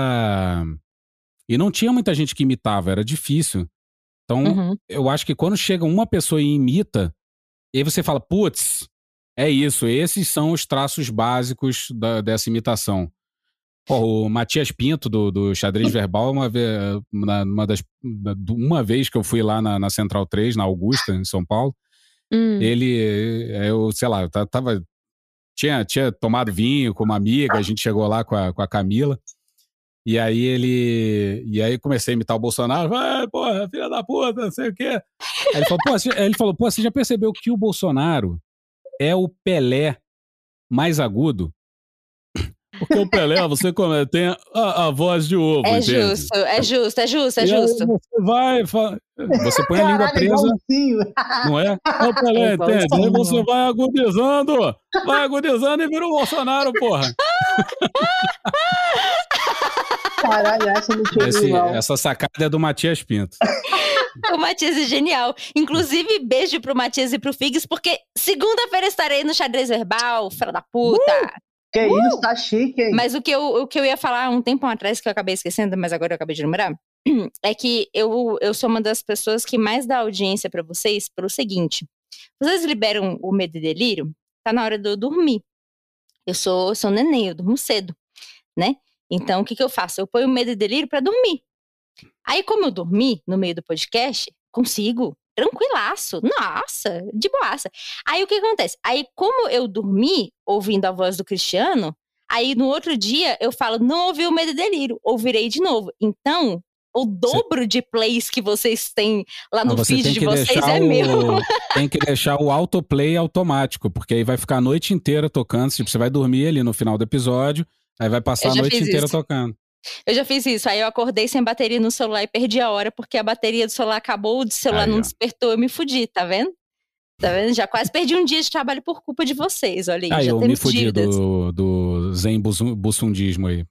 não tinha muita gente que imitava, era difícil. Então, eu acho que quando chega uma pessoa e imita, e aí você fala, putz, é isso, esses são os traços básicos dessa imitação. Pô, o Matias Pinto, do Xadrez Verbal, uma vez que eu fui lá na Central 3, na Augusta, em São Paulo, eu sei lá, tinha tomado vinho com uma amiga, a gente chegou lá com a Camila, e aí comecei a imitar o Bolsonaro, porra, filha da puta, não sei o quê. Aí ele falou, você já percebeu que o Bolsonaro é o Pelé mais agudo? Porque o Pelé, você tem a voz de ovo, É entende? justo. Você põe a língua presa, não é? É o Pelé, entende? Aí você vai agudizando e vira o Bolsonaro, porra. Caralho, essa não tinha não. Essa sacada é do Matias Pinto. O Matias é genial. Inclusive, beijo pro Matias e pro Figs, porque segunda-feira estarei no Xadrez Verbal, filha da puta. Que isso, tá chique, hein? Mas o que eu ia falar um tempo atrás, que eu acabei esquecendo, mas agora eu acabei de lembrar, é que eu sou uma das pessoas que mais dá audiência pra vocês pelo seguinte. Vocês liberam o Medo e Delírio, tá na hora de eu dormir. Eu sou neném, eu durmo cedo, né? Então, o que eu faço? Eu ponho o Medo e Delírio pra dormir. Aí, como eu dormi no meio do podcast, consigo, tranquilaço, nossa, de boaça. Aí, o que acontece? Aí, como eu dormi ouvindo a voz do Cristiano, aí no outro dia eu falo, não ouvi o Medo e Delírio, ouvirei de novo. Então, o dobro de plays que vocês têm lá no feed de vocês é meu. Tem que deixar o autoplay automático, porque aí vai ficar a noite inteira tocando, tipo, você vai dormir ali no final do episódio, aí vai passar a noite inteira tocando. Eu já fiz isso, aí eu acordei sem bateria no celular e perdi a hora, porque a bateria do celular acabou, o celular não despertou, eu me fudi, tá vendo? Tá vendo? Já quase perdi um dia de trabalho por culpa de vocês, olha aí, já eu temos me fudi dívidas. do zen bussundismo aí.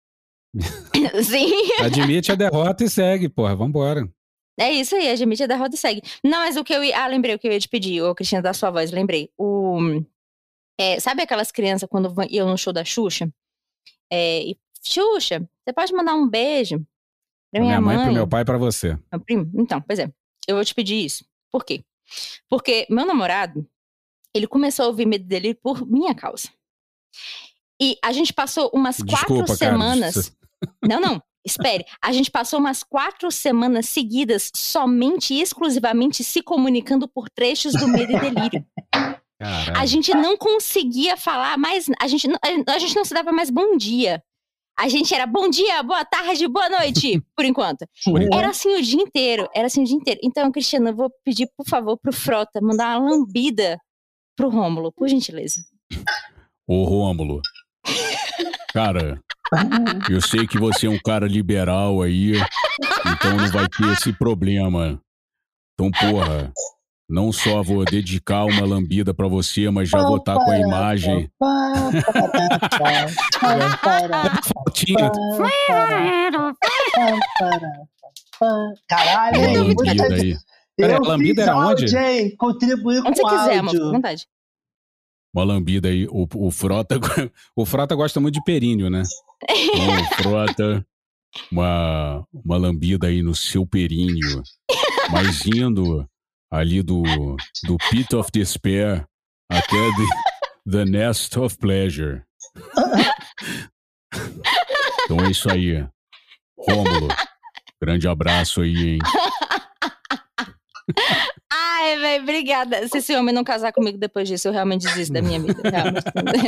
Sim. Admite a derrota e segue, porra, vambora. É isso aí, admite a derrota e segue. Não, mas o que eu ia... lembrei o que eu ia te pedir, ô Cristina, da sua voz, lembrei. Sabe aquelas crianças quando iam no show da Xuxa? Xuxa, você pode mandar um beijo pra minha mãe, pro meu pai e pra você. Meu primo? Então, pois é. Eu vou te pedir isso. Por quê? Porque meu namorado, ele começou a ouvir Medo e Delírio por minha causa. E a gente passou umas 4 semanas... Cara, não, espere. A gente passou umas 4 semanas seguidas somente e exclusivamente se comunicando por trechos do Medo e Delírio. Caralho. A gente não conseguia falar mais... A gente não se dava mais bom dia. A gente era bom dia, boa tarde, boa noite, por enquanto. Era assim o dia inteiro, Então, Cristiano, eu vou pedir, por favor, pro Frota mandar uma lambida pro Rômulo, por gentileza. Ô, Rômulo. Cara, Eu sei que você é um cara liberal aí, então não vai ter esse problema. Então, porra, não só vou dedicar uma lambida pra você, mas já vou estar com a imagem. Caralho, Uma lambida aí. Pera, a lambida era onde? Hein? Contribuir Onde com você quiser, áudio. amor, vontade. Uma lambida aí. O Frota gosta muito de períneo, né? Então, o Frota, uma lambida aí no seu períneo. Mas indo ali do Pit of Despair até the Nest of Pleasure. Então é isso aí. Rômulo, grande abraço aí, hein? Ai, velho, obrigada. Se esse homem não casar comigo depois disso, eu realmente desisto da minha vida. Realmente.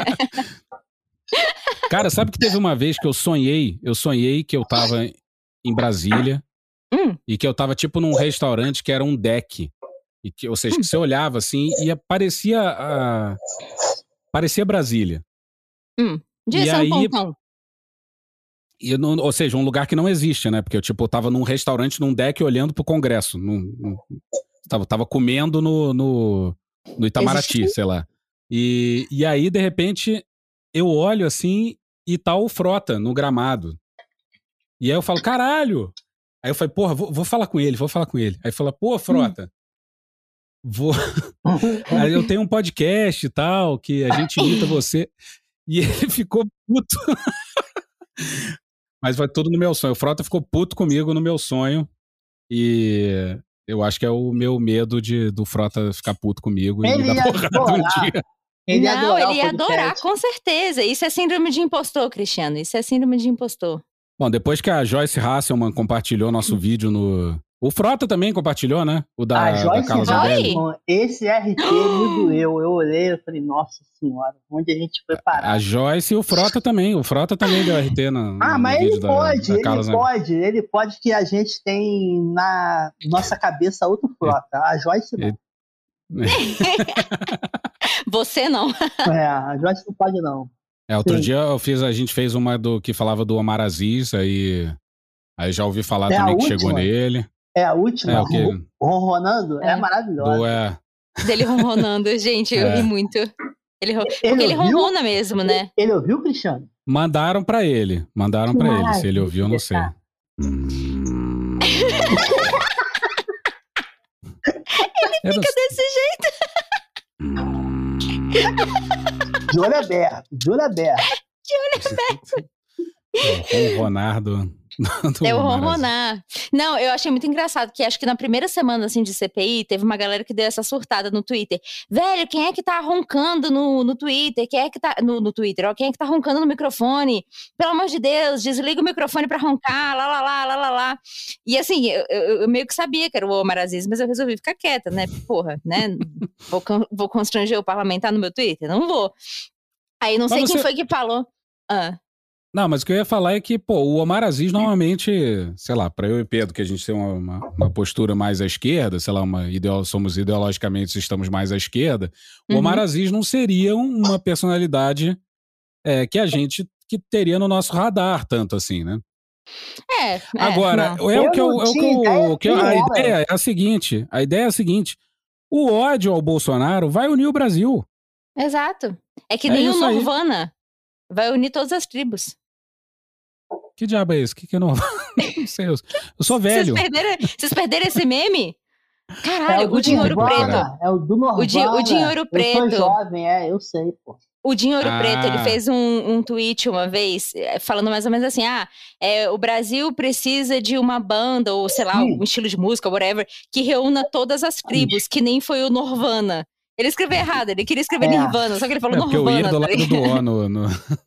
Cara, sabe que teve uma vez que eu sonhei que eu tava em Brasília e que eu tava tipo num restaurante que era um deck. E que, ou seja, que você olhava assim e parecia Brasília. Diz, e é um aí, pontão. ou seja, um lugar que não existe, né? Porque eu tipo, tava num restaurante, num deck olhando pro Congresso. Tava comendo no Itamaraty, sei lá. E aí, de repente, eu olho assim e tá o Frota no gramado. E aí eu falo, caralho! Aí eu falei, porra, vou falar com ele. Aí fala, pô, Frota, Aí eu tenho um podcast e tal, que a gente imita você. E ele ficou puto. Mas vai tudo no meu sonho. O Frota ficou puto comigo no meu sonho. E eu acho que é o meu medo do Frota ficar puto comigo e me dar porrada um dia. Ele ia adorar, com certeza. Isso é síndrome de impostor, Cristiano. Isso é síndrome de impostor. Bom, depois que a Joyce Hasselman compartilhou nosso vídeo no... O Frota também compartilhou, né? O da Carla Hasselman, esse RT me doeu. Eu olhei e falei, nossa senhora, onde a gente foi parar? A Joyce e o Frota também. O Frota também deu RT no mas vídeo ele pode que a gente tem na nossa cabeça outro Frota. A Joyce não. Você não. A Joyce não pode não. Outro dia a gente fez uma que falava do Omar Aziz, aí já ouvi falar também que chegou nele. É a última, ronronando, é maravilhosa. Dele ronronando, gente, eu ri muito. Porque ele ronrona mesmo, né? Ele ouviu, Cristiano? Mandaram pra ele, se ele ouviu, eu não sei. Ele fica desse jeito. De olho aberto. O Ronardo. É o ronronar. Não, eu achei muito engraçado que acho que na primeira semana assim, de CPI teve uma galera que deu essa surtada no Twitter. Velho, quem é que tá roncando no Twitter? Quem é que tá no Twitter? Ó, quem é que tá roncando no microfone? Pelo amor de Deus, desliga o microfone pra roncar, lá. E assim, eu meio que sabia que era o Omar Aziz, mas eu resolvi ficar quieta, né? Porra, né? Vou constranger o parlamentar no meu Twitter? Não vou. Aí não sei quem foi que falou. Não, mas o que eu ia falar é que, o Omar Aziz normalmente, sei lá, pra eu e Pedro, que a gente tem uma postura mais à esquerda, sei lá, somos ideologicamente, estamos mais à esquerda, o Omar Aziz não seria uma personalidade que a gente que teria no nosso radar tanto assim, né? Agora, a ideia é a seguinte, o ódio ao Bolsonaro vai unir o Brasil. Exato. É que nem o Norvana. Vai unir todas as tribos. Que diabo é isso? Que não... não sei, eu sou velho. Vocês perderam esse meme? Caralho, o Dinho Ouro Preto. É o do Norvana. O Dinho Ouro Preto. Eu sou jovem, eu sei, pô. O Dinho Ouro Preto, ele fez um tweet uma vez, falando mais ou menos assim, o Brasil precisa de uma banda, ou sei lá, um estilo de música, whatever, que reúna todas as tribos, que nem foi o Norvana. Ele escreveu errado, ele queria escrever Nirvana, só que ele falou Norvana. Porque eu ia do lado do O no...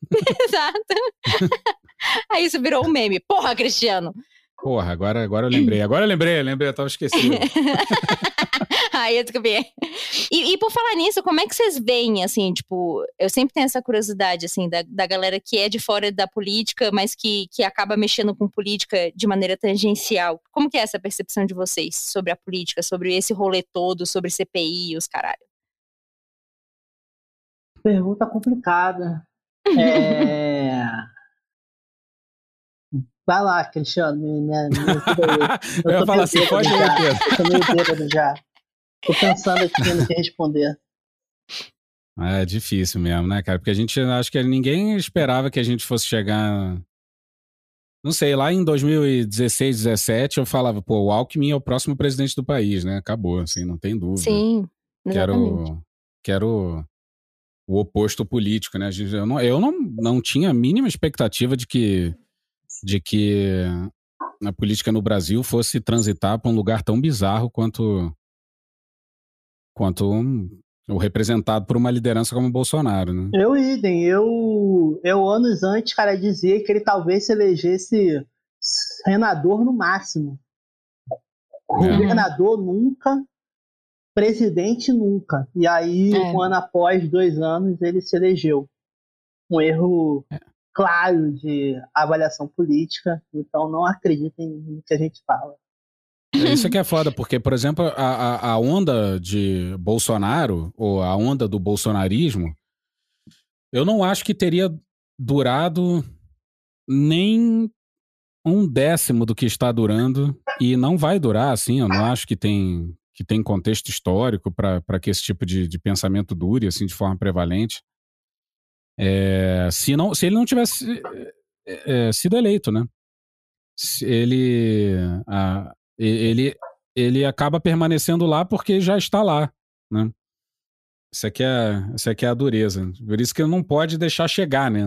Exato. Aí isso virou um meme. Porra, Cristiano! Porra, agora eu lembrei. Eu tava esquecido. Aí eu descobri. E por falar nisso, como é que vocês veem, assim, tipo, eu sempre tenho essa curiosidade, assim, da galera que é de fora da política, mas que acaba mexendo com política de maneira tangencial. Como que é essa percepção de vocês sobre a política, sobre esse rolê todo, sobre CPI e os caralho? Pergunta complicada. Vai lá, Cristiano, me ajuda aí. Eu ia falar assim, pode ir, Pedro. Eu tô meio bêbado já. Tô pensando aqui no que responder. É difícil mesmo, né, cara? Porque a gente, acho que ninguém esperava que a gente fosse chegar... Não sei, lá em 2016, 17, eu falava, pô, o Alckmin é o próximo presidente do país, né? Acabou, assim, não tem dúvida. Sim, exatamente. Quero o oposto político, né? Eu não tinha a mínima expectativa de que a política no Brasil fosse transitar para um lugar tão bizarro quanto o representado por uma liderança como o Bolsonaro, né? Eu anos antes, cara, dizia que ele talvez se elegesse senador no máximo. Governador nunca, presidente nunca. E aí, um ano após, 2 anos, ele se elegeu. Um erro claro de avaliação política. Então, não acreditem no que a gente fala. Isso aqui é foda, porque, por exemplo, a onda de Bolsonaro, ou a onda do bolsonarismo, eu não acho que teria durado nem 1/10 do que está durando, e não vai durar, assim, eu não acho que tem contexto histórico para que esse tipo de pensamento dure, assim, de forma prevalente. Se ele não tivesse sido eleito, né? Ele acaba permanecendo lá porque já está lá, né? Isso aqui é a dureza. Por isso que ele não pode deixar chegar, né?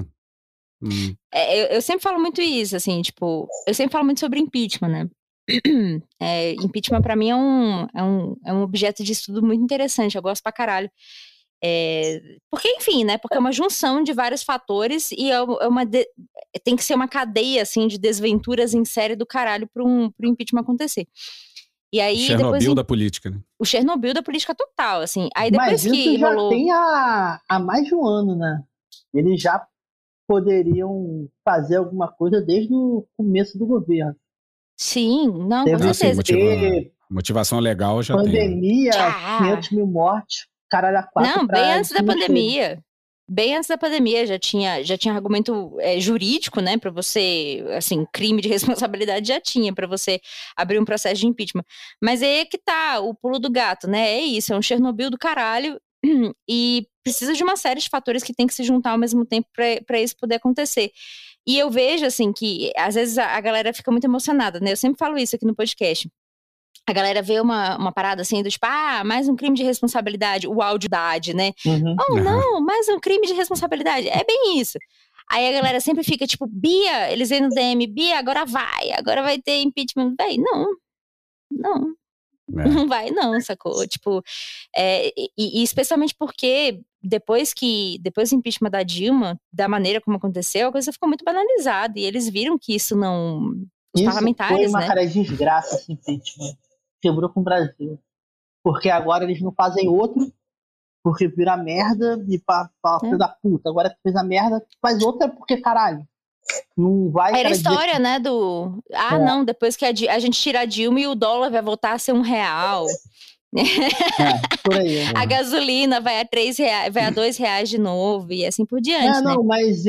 Eu sempre falo muito isso, assim, tipo, eu sempre falo muito sobre impeachment, né? Impeachment pra mim é um objeto de estudo muito interessante, eu gosto pra caralho. Porque, enfim, né? Porque é uma junção de vários fatores e tem que ser uma cadeia, assim, de desventuras em série do caralho pro impeachment acontecer. E aí, Chernobyl da política, né? O Chernobyl da política total, assim. Aí depois Mas isso que já rolou... tem há mais de um ano, né? Eles já poderiam fazer alguma coisa desde o começo do governo. Sim, não, com certeza. Motivação legal já pandemia, tem. 500 mil mortes, caralho a 4. Não, bem antes da pandemia. Bem antes da pandemia já tinha argumento jurídico, né, para você, assim, crime de responsabilidade já tinha para você abrir um processo de impeachment. Mas aí é que tá o pulo do gato, né? É isso, é um Chernobyl do caralho e precisa de uma série de fatores que tem que se juntar ao mesmo tempo para isso poder acontecer. E eu vejo, assim, que às vezes a galera fica muito emocionada, né? Eu sempre falo isso aqui no podcast. A galera vê uma parada assim, do tipo, mais um crime de responsabilidade, o áudio da AD, né? Não, mais um crime de responsabilidade. É bem isso. Aí a galera sempre fica tipo, Bia, eles vêm no DM, Bia, agora vai ter impeachment. Véi, não vai não, sacou? Tipo, e especialmente porque depois do impeachment da Dilma, da maneira como aconteceu, a coisa ficou muito banalizada, e eles viram que isso não... Os parlamentares, foi uma né? cara de desgraça esse impeachment. Quebrou com o Brasil. Porque agora eles não fazem outro, porque vira merda e fala, filho da puta, agora que fez a merda, faz outra porque caralho. Não vai. Era a história, né, do... não, depois que a gente tira a Dilma e o dólar vai voltar a ser R$1. Por aí. A gasolina vai a R$3, vai a R$2 de novo e assim por diante, não, né? mas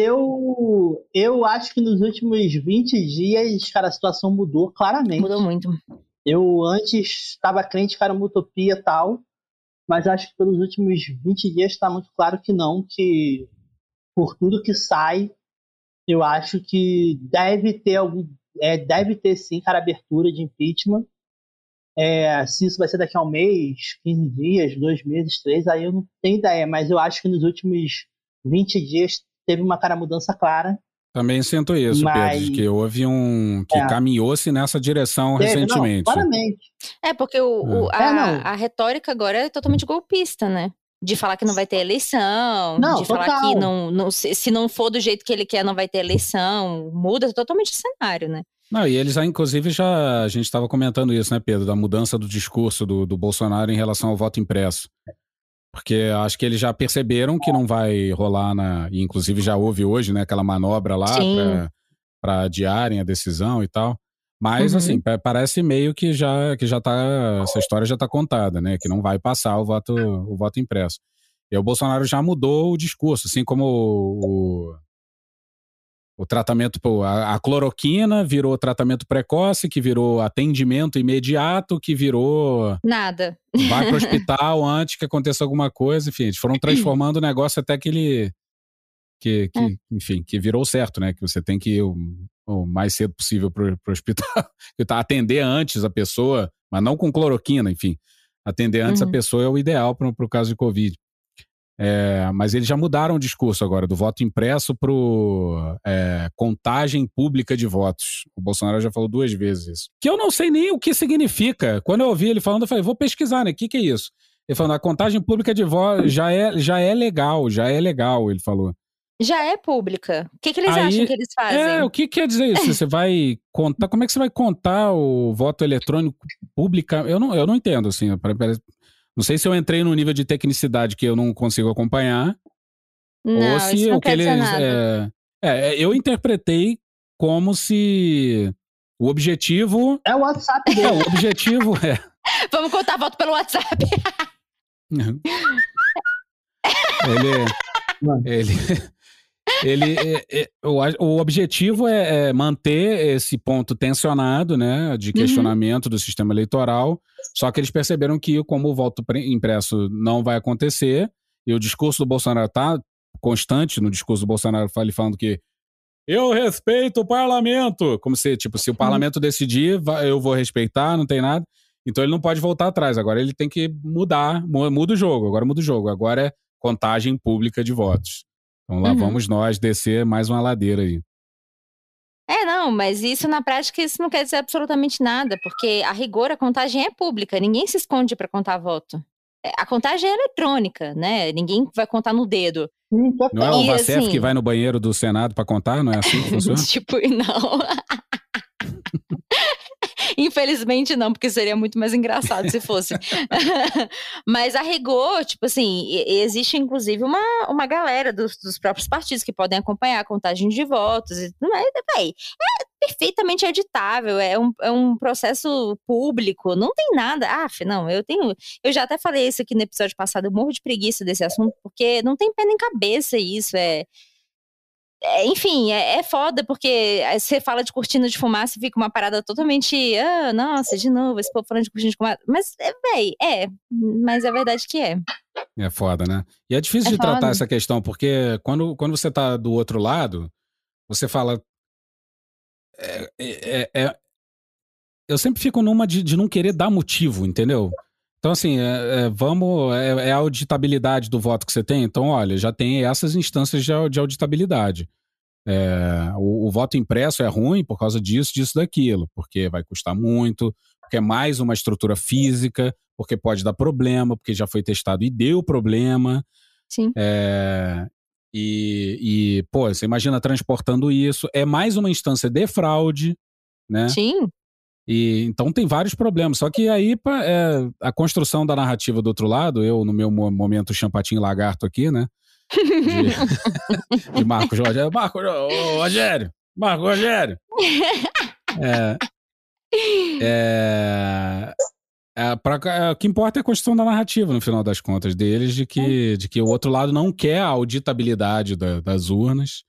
eu acho que nos últimos 20 dias, cara, a situação mudou claramente. Mudou muito. Eu antes estava crente que era uma utopia e tal, mas acho que pelos últimos 20 dias está muito claro que não, que por tudo que sai, eu acho que deve ter sim, cara, abertura de impeachment. Se isso vai ser daqui a um mês, 15 dias, 2 meses, 3, aí eu não tenho ideia, mas eu acho que nos últimos 20 dias teve uma mudança clara. Também sinto isso, Pedro, de que houve que caminhou-se nessa direção recentemente. Não, claramente. Porque a retórica agora é totalmente golpista, né? De falar que não vai ter eleição, de falar que se não for do jeito que ele quer, não vai ter eleição. Muda totalmente o cenário, né? Não, e eles, inclusive, a gente estava comentando isso, né, Pedro, da mudança do discurso do Bolsonaro em relação ao voto impresso. Porque acho que eles já perceberam que não vai rolar e inclusive já houve hoje, né, aquela manobra lá para adiarem a decisão e tal. Mas, assim, parece meio que essa história já tá contada, né, que não vai passar o voto impresso. E o Bolsonaro já mudou o discurso, assim como O tratamento, a cloroquina virou tratamento precoce, que virou atendimento imediato, que virou... Nada. Vai pro hospital antes que aconteça alguma coisa, enfim, eles foram transformando o negócio até que ele... Enfim, que virou certo, né? Que você tem que ir o mais cedo possível pro hospital. Atender antes a pessoa, mas não com cloroquina, enfim. Atender antes a pessoa é o ideal pro caso de Covid. Mas eles já mudaram o discurso agora, do voto impresso pro contagem pública de votos. O Bolsonaro já falou 2 vezes isso. Que eu não sei nem o que significa. Quando eu ouvi ele falando, eu falei, vou pesquisar, né? O que é isso? Ele falando, a contagem pública de votos já é legal, ele falou. Já é pública. O que eles acham que eles fazem? O que quer dizer isso? Você vai contar... Como é que você vai contar o voto eletrônico pública? Eu não entendo, assim. Não sei se eu entrei num nível de tecnicidade que eu não consigo acompanhar. Não, ou se isso não o que quer dizer eles... nada. Eu interpretei como se o objetivo... É o WhatsApp dele. O objetivo é... Vamos contar voto pelo WhatsApp. O objetivo é manter esse ponto tensionado, né, de questionamento do sistema eleitoral, só que eles perceberam que, como o voto impresso não vai acontecer, e o discurso do Bolsonaro está constante no discurso do Bolsonaro falando que eu respeito o parlamento, como se, se o parlamento decidir, eu vou respeitar, não tem nada, então ele não pode voltar atrás, agora ele tem que muda o jogo, agora é contagem pública de votos. Então lá vamos nós descer mais uma ladeira aí. Não, mas isso na prática isso não quer dizer absolutamente nada, porque a rigor a contagem é pública, ninguém se esconde para contar voto. A contagem é eletrônica, né? Ninguém vai contar no dedo. Não é o Vacef que vai no banheiro do Senado para contar? Não é assim que funciona? Não. Infelizmente não, porque seria muito mais engraçado se fosse. Mas a rigor, existe inclusive uma galera dos próprios partidos que podem acompanhar a contagem de votos. É perfeitamente editável, é um processo público, não tem nada. Eu já até falei isso aqui no episódio passado, eu morro de preguiça desse assunto, porque não tem pé nem cabeça isso, enfim, é foda, porque você fala de cortina de fumaça e fica uma parada totalmente, nossa, de novo, esse povo falando de cortina de fumaça. Mas, mas é verdade que é. É foda, né? E é difícil de tratar essa questão, porque quando você tá do outro lado, você fala... Eu sempre fico numa de não querer dar motivo, entendeu? Então, assim, é a auditabilidade do voto que você tem. Então, olha, já tem essas instâncias de auditabilidade. O voto impresso é ruim por causa disso, daquilo. Porque vai custar muito, porque é mais uma estrutura física, porque pode dar problema, porque já foi testado e deu problema. Sim. Pô, você imagina transportando isso. É mais uma instância de fraude, né? Sim. Então tem vários problemas, só que aí a construção da narrativa do outro lado, eu no meu momento champatinho lagarto aqui, né, de Marcos Rogério, Marcos Rogério, o que importa é a construção da narrativa no final das contas deles, de que o outro lado não quer a auditabilidade das urnas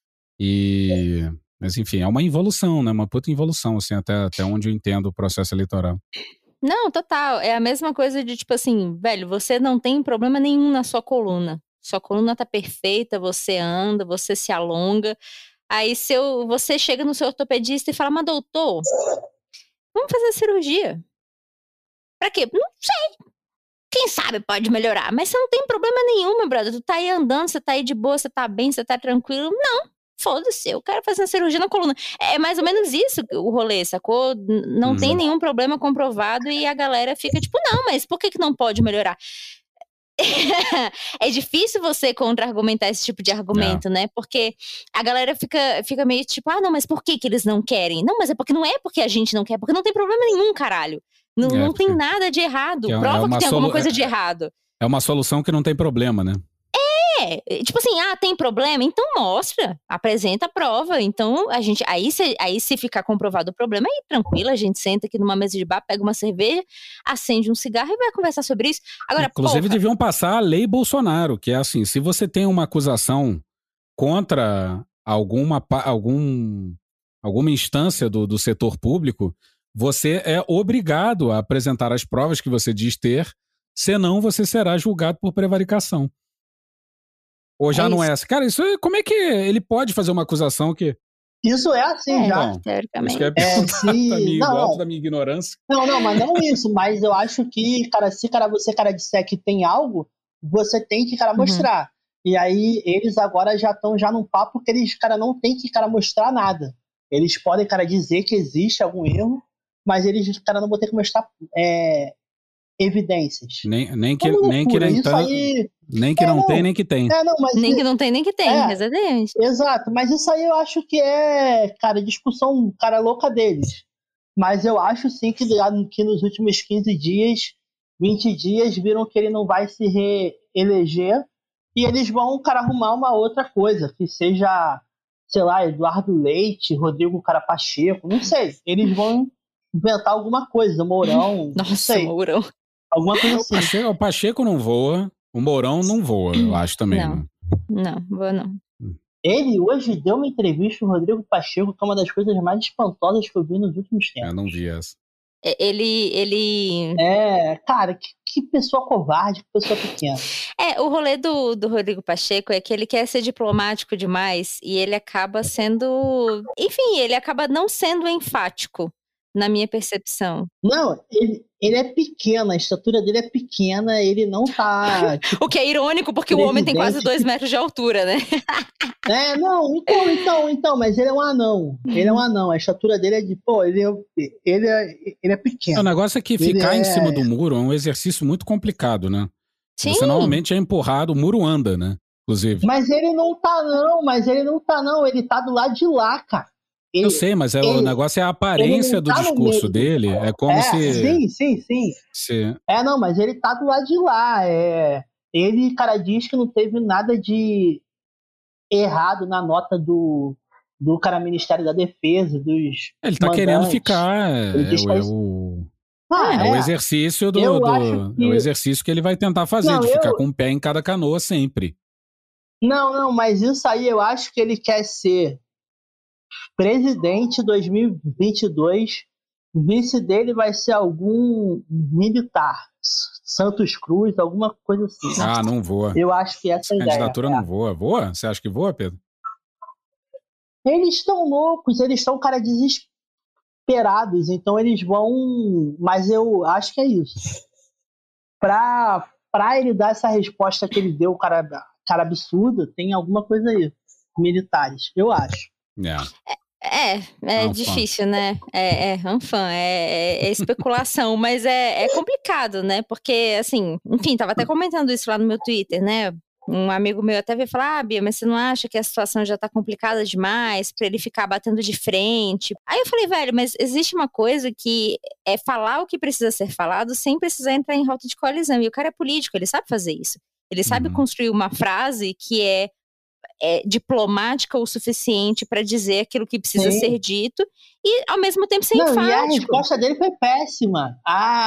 Mas, enfim, é uma involução, né? Uma puta involução, assim, até onde eu entendo o processo eleitoral. Não, total. É a mesma coisa de, velho, você não tem problema nenhum na sua coluna. Sua coluna tá perfeita, você anda, você se alonga. Aí você chega no seu ortopedista e fala, mas doutor, vamos fazer cirurgia. Pra quê? Não sei. Quem sabe pode melhorar. Mas você não tem problema nenhum, meu brother. Tu tá aí andando, você tá aí de boa, você tá bem, você tá tranquilo. Não. Foda-se, eu quero fazer uma cirurgia na coluna. É mais ou menos isso o rolê, sacou? Não tem nenhum problema comprovado e a galera fica não, mas por que não pode melhorar? É difícil você contra-argumentar esse tipo de argumento, né? Porque a galera fica meio não, mas por que eles não querem? Não, mas é porque a gente não quer, porque não tem problema nenhum, caralho. Não tem nada de errado. Prova que tem alguma coisa de errado. É uma solução que não tem problema, né? Tem problema? Então mostra, apresenta a prova. Então a gente, aí se ficar comprovado o problema, aí tranquilo, a gente senta aqui numa mesa de bar, pega uma cerveja, acende um cigarro e vai conversar sobre isso. Agora, inclusive deviam passar a lei Bolsonaro, que é assim, se você tem uma acusação contra alguma instância do setor público, você é obrigado a apresentar as provas que você diz ter, senão você será julgado por prevaricação. Ou já não é assim? Cara, como é que ele pode fazer uma acusação que... Isso é assim já. Então, teoricamente. isso que eu ia perguntar do alto da minha ignorância. Não, mas não isso. Mas eu acho que, cara, se você disser que tem algo, você tem que, mostrar. E aí, eles agora já estão num papo que eles, não tem que, mostrar nada. Eles podem, dizer que existe algum erro, mas eles, não vão ter que mostrar evidências. Nem que nem que tem. Nem que não tem, nem que tem, exatamente. Exato, mas isso aí eu acho que é, discussão, louca deles. Mas eu acho sim que nos últimos 15 dias, 20 dias, viram que ele não vai se reeleger e eles vão, arrumar uma outra coisa, que seja, sei lá, Eduardo Leite, Rodrigo Pacheco, não sei. Eles vão inventar alguma coisa, Mourão, Nossa, não sei. Mourão. Alguma coisa assim. O Pacheco não voa, o Mourão não voa, eu acho também. Não, voa não. Ele hoje deu uma entrevista, o Rodrigo Pacheco, que é uma das coisas mais espantosas que eu vi nos últimos tempos. Eu não vi essa. Ele... cara, que pessoa covarde, que pessoa pequena. O rolê do Rodrigo Pacheco é que ele quer ser diplomático demais e ele acaba sendo... Enfim, ele acaba não sendo enfático, na minha percepção. Não, ele é pequeno, a estatura dele é pequena, ele não tá... O que é irônico, porque o homem tem quase 2 metros de altura, né? Então, mas ele é um anão. Ele é um anão, a estatura dele é de... ele é pequeno. O negócio é que ficar em cima do muro é um exercício muito complicado, né? Sim. Você normalmente é empurrado, o muro anda, né? Inclusive. Mas ele não tá, não. Ele tá do lado de lá, cara. Eu sei, mas o negócio é a aparência do discurso dele. É como se... Sim. Mas ele tá do lado de lá. Ele, diz que não teve nada de errado na nota do Ministério da Defesa, dos ele tá querendo ficar... É o exercício é o exercício que ele vai tentar fazer, de ficar com um pé em cada canoa sempre. Não, mas isso aí eu acho que ele quer ser presidente 2022, vice dele vai ser algum militar, Santos Cruz, alguma coisa assim. Não voa. Eu acho que essa é a ideia. A candidatura não voa. Voa? Você acha que voa, Pedro? Eles estão loucos, eles estão, desesperados, então eles vão... Mas eu acho que é isso. Pra ele dar essa resposta que ele deu, cara absurda, tem alguma coisa aí. Militares, eu acho. É difícil, né? É especulação, mas é complicado, né? Porque, assim, enfim, tava até comentando isso lá no meu Twitter, né? Um amigo meu até veio falar, Bia, mas você não acha que a situação já tá complicada demais pra ele ficar batendo de frente? Aí eu falei, velho, mas existe uma coisa que é falar o que precisa ser falado sem precisar entrar em rota de coalizão. E o cara é político, ele sabe fazer isso. Ele sabe construir uma frase que é diplomática o suficiente para dizer aquilo que precisa ser dito e, ao mesmo tempo, ser enfático. E a resposta dele foi péssima.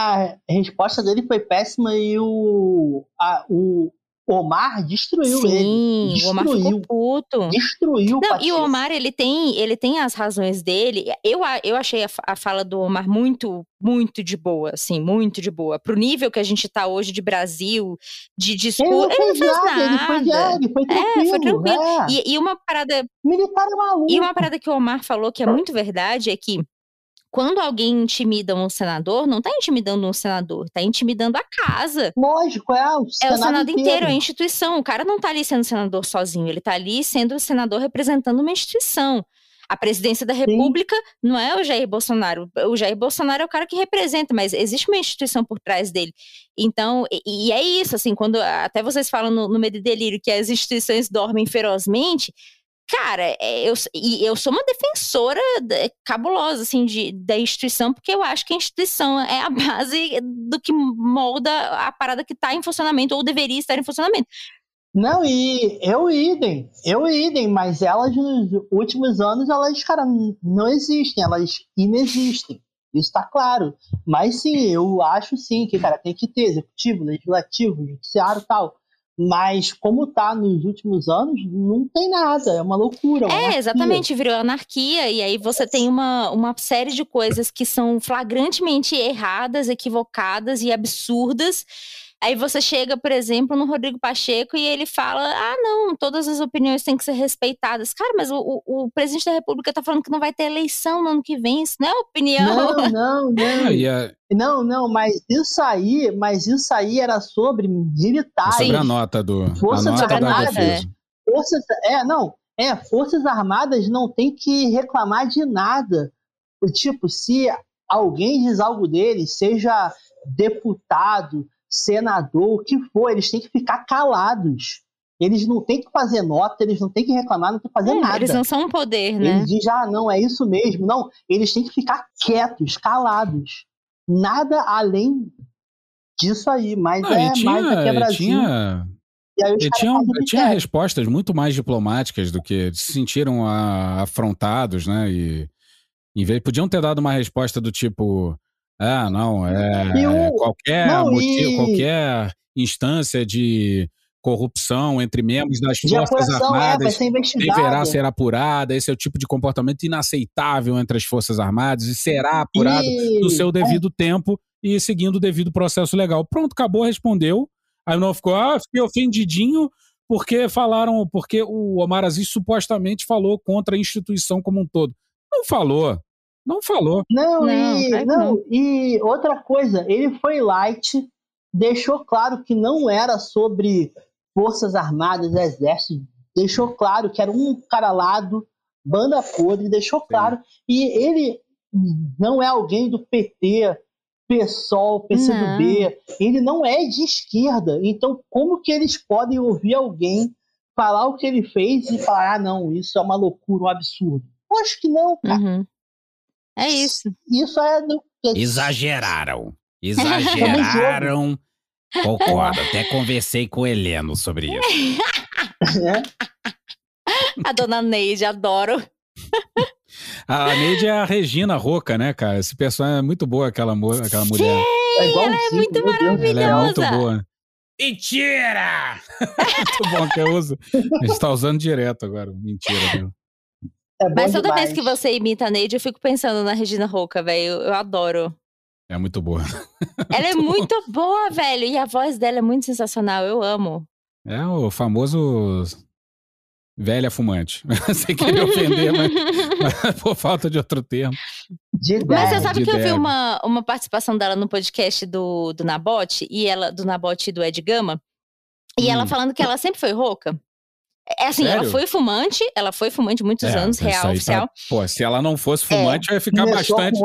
E o Omar destruiu ele. Sim, o Omar ficou puto. Destruiu o Pacheco. E o Omar, ele tem as razões dele. Eu achei a fala do Omar muito, muito de boa, assim, muito de boa. Pro nível que a gente tá hoje de Brasil, de discurso. Ele não fez nada. Ele foi tranquilo. Foi tranquilo. E uma parada... Militar é maluco. E uma parada que o Omar falou que é muito verdade é que quando alguém intimida um senador, não tá intimidando um senador, tá intimidando a casa. Lógico, o Senado inteiro, é a instituição. O cara não tá ali sendo senador sozinho, ele tá ali sendo senador representando uma instituição. A presidência da República não é o Jair Bolsonaro. O Jair Bolsonaro é o cara que representa, mas existe uma instituição por trás dele. Então, e é isso, assim, quando até vocês falam no Medo e Delírio que as instituições dormem ferozmente. Cara, eu sou uma defensora cabulosa, assim, da instituição, porque eu acho que a instituição é a base do que molda a parada que está em funcionamento, ou deveria estar em funcionamento. Não, e eu idem, mas elas, nos últimos anos, elas, não existem, elas inexistem. Isso tá claro. Mas sim, eu acho sim que, tem que ter executivo, legislativo, judiciário e tal. Mas como tá nos últimos anos, não tem nada, é uma loucura. Exatamente, virou anarquia, e aí você tem uma série de coisas que são flagrantemente erradas, equivocadas e absurdas. Aí você chega, por exemplo, no Rodrigo Pacheco e ele fala, não, todas as opiniões têm que ser respeitadas. Cara, mas o presidente da República tá falando que não vai ter eleição no ano que vem, isso não é opinião. Não, mas isso aí era sobre militares. Sobre a nota Forças Armadas. Forças Armadas não tem que reclamar de nada. Tipo, se alguém diz algo deles, seja deputado, senador, o que for, eles têm que ficar calados. Eles não têm que fazer nota, eles não têm que reclamar, não têm que fazer nada. Eles não são um poder, né? Eles dizem, não, é isso mesmo. Não, eles têm que ficar quietos, calados. Nada além disso aí, mas mais aqui é Brasil. Tinha respostas muito mais diplomáticas do que se sentiram afrontados, né? E em vez, podiam ter dado uma resposta do tipo... qualquer instância de corrupção entre membros das Forças Armadas deverá ser apurada. Esse é o tipo de comportamento inaceitável entre as Forças Armadas e será apurado no seu devido tempo e seguindo o devido processo legal. Pronto, acabou, respondeu. Aí não ficou, fiquei ofendidinho porque o Omar Aziz supostamente falou contra a instituição como um todo. Não falou. E outra coisa, ele foi light, deixou claro que não era sobre Forças Armadas, Exército, deixou claro que era um caralado, banda podre, deixou claro. E ele não é alguém do PT, PSOL, PCdoB, ele não é de esquerda. Então, como que eles podem ouvir alguém falar o que ele fez e falar, não, isso é uma loucura, um absurdo? Eu acho que não, cara. Uhum. É isso. Isso é... Exageraram. Concordo. Até conversei com o Heleno sobre isso. A dona Neide, adoro. A Neide é a Regina Roca, né, cara? Esse personagem é muito boa, aquela mulher. Ela é muito maravilhosa. Ela é muito boa. Mentira! Muito bom que eu uso. A gente tá usando direto agora. Mentira, viu? Mas toda vez que você imita a Neide, eu fico pensando na Regina Roca, velho. Eu adoro. É muito boa. Ela é muito boa, velho. E a voz dela é muito sensacional. Eu amo. É o famoso velha fumante. Sem querer ofender, mas por falta de outro termo. Mas você sabe que eu vi uma participação dela no podcast do Nabote, do Nabote e do Ed Gama, e ela falando que ela sempre foi rouca. É assim, Sério? ela foi fumante muitos anos, real, oficial. Se ela não fosse fumante, ia ficar bastante...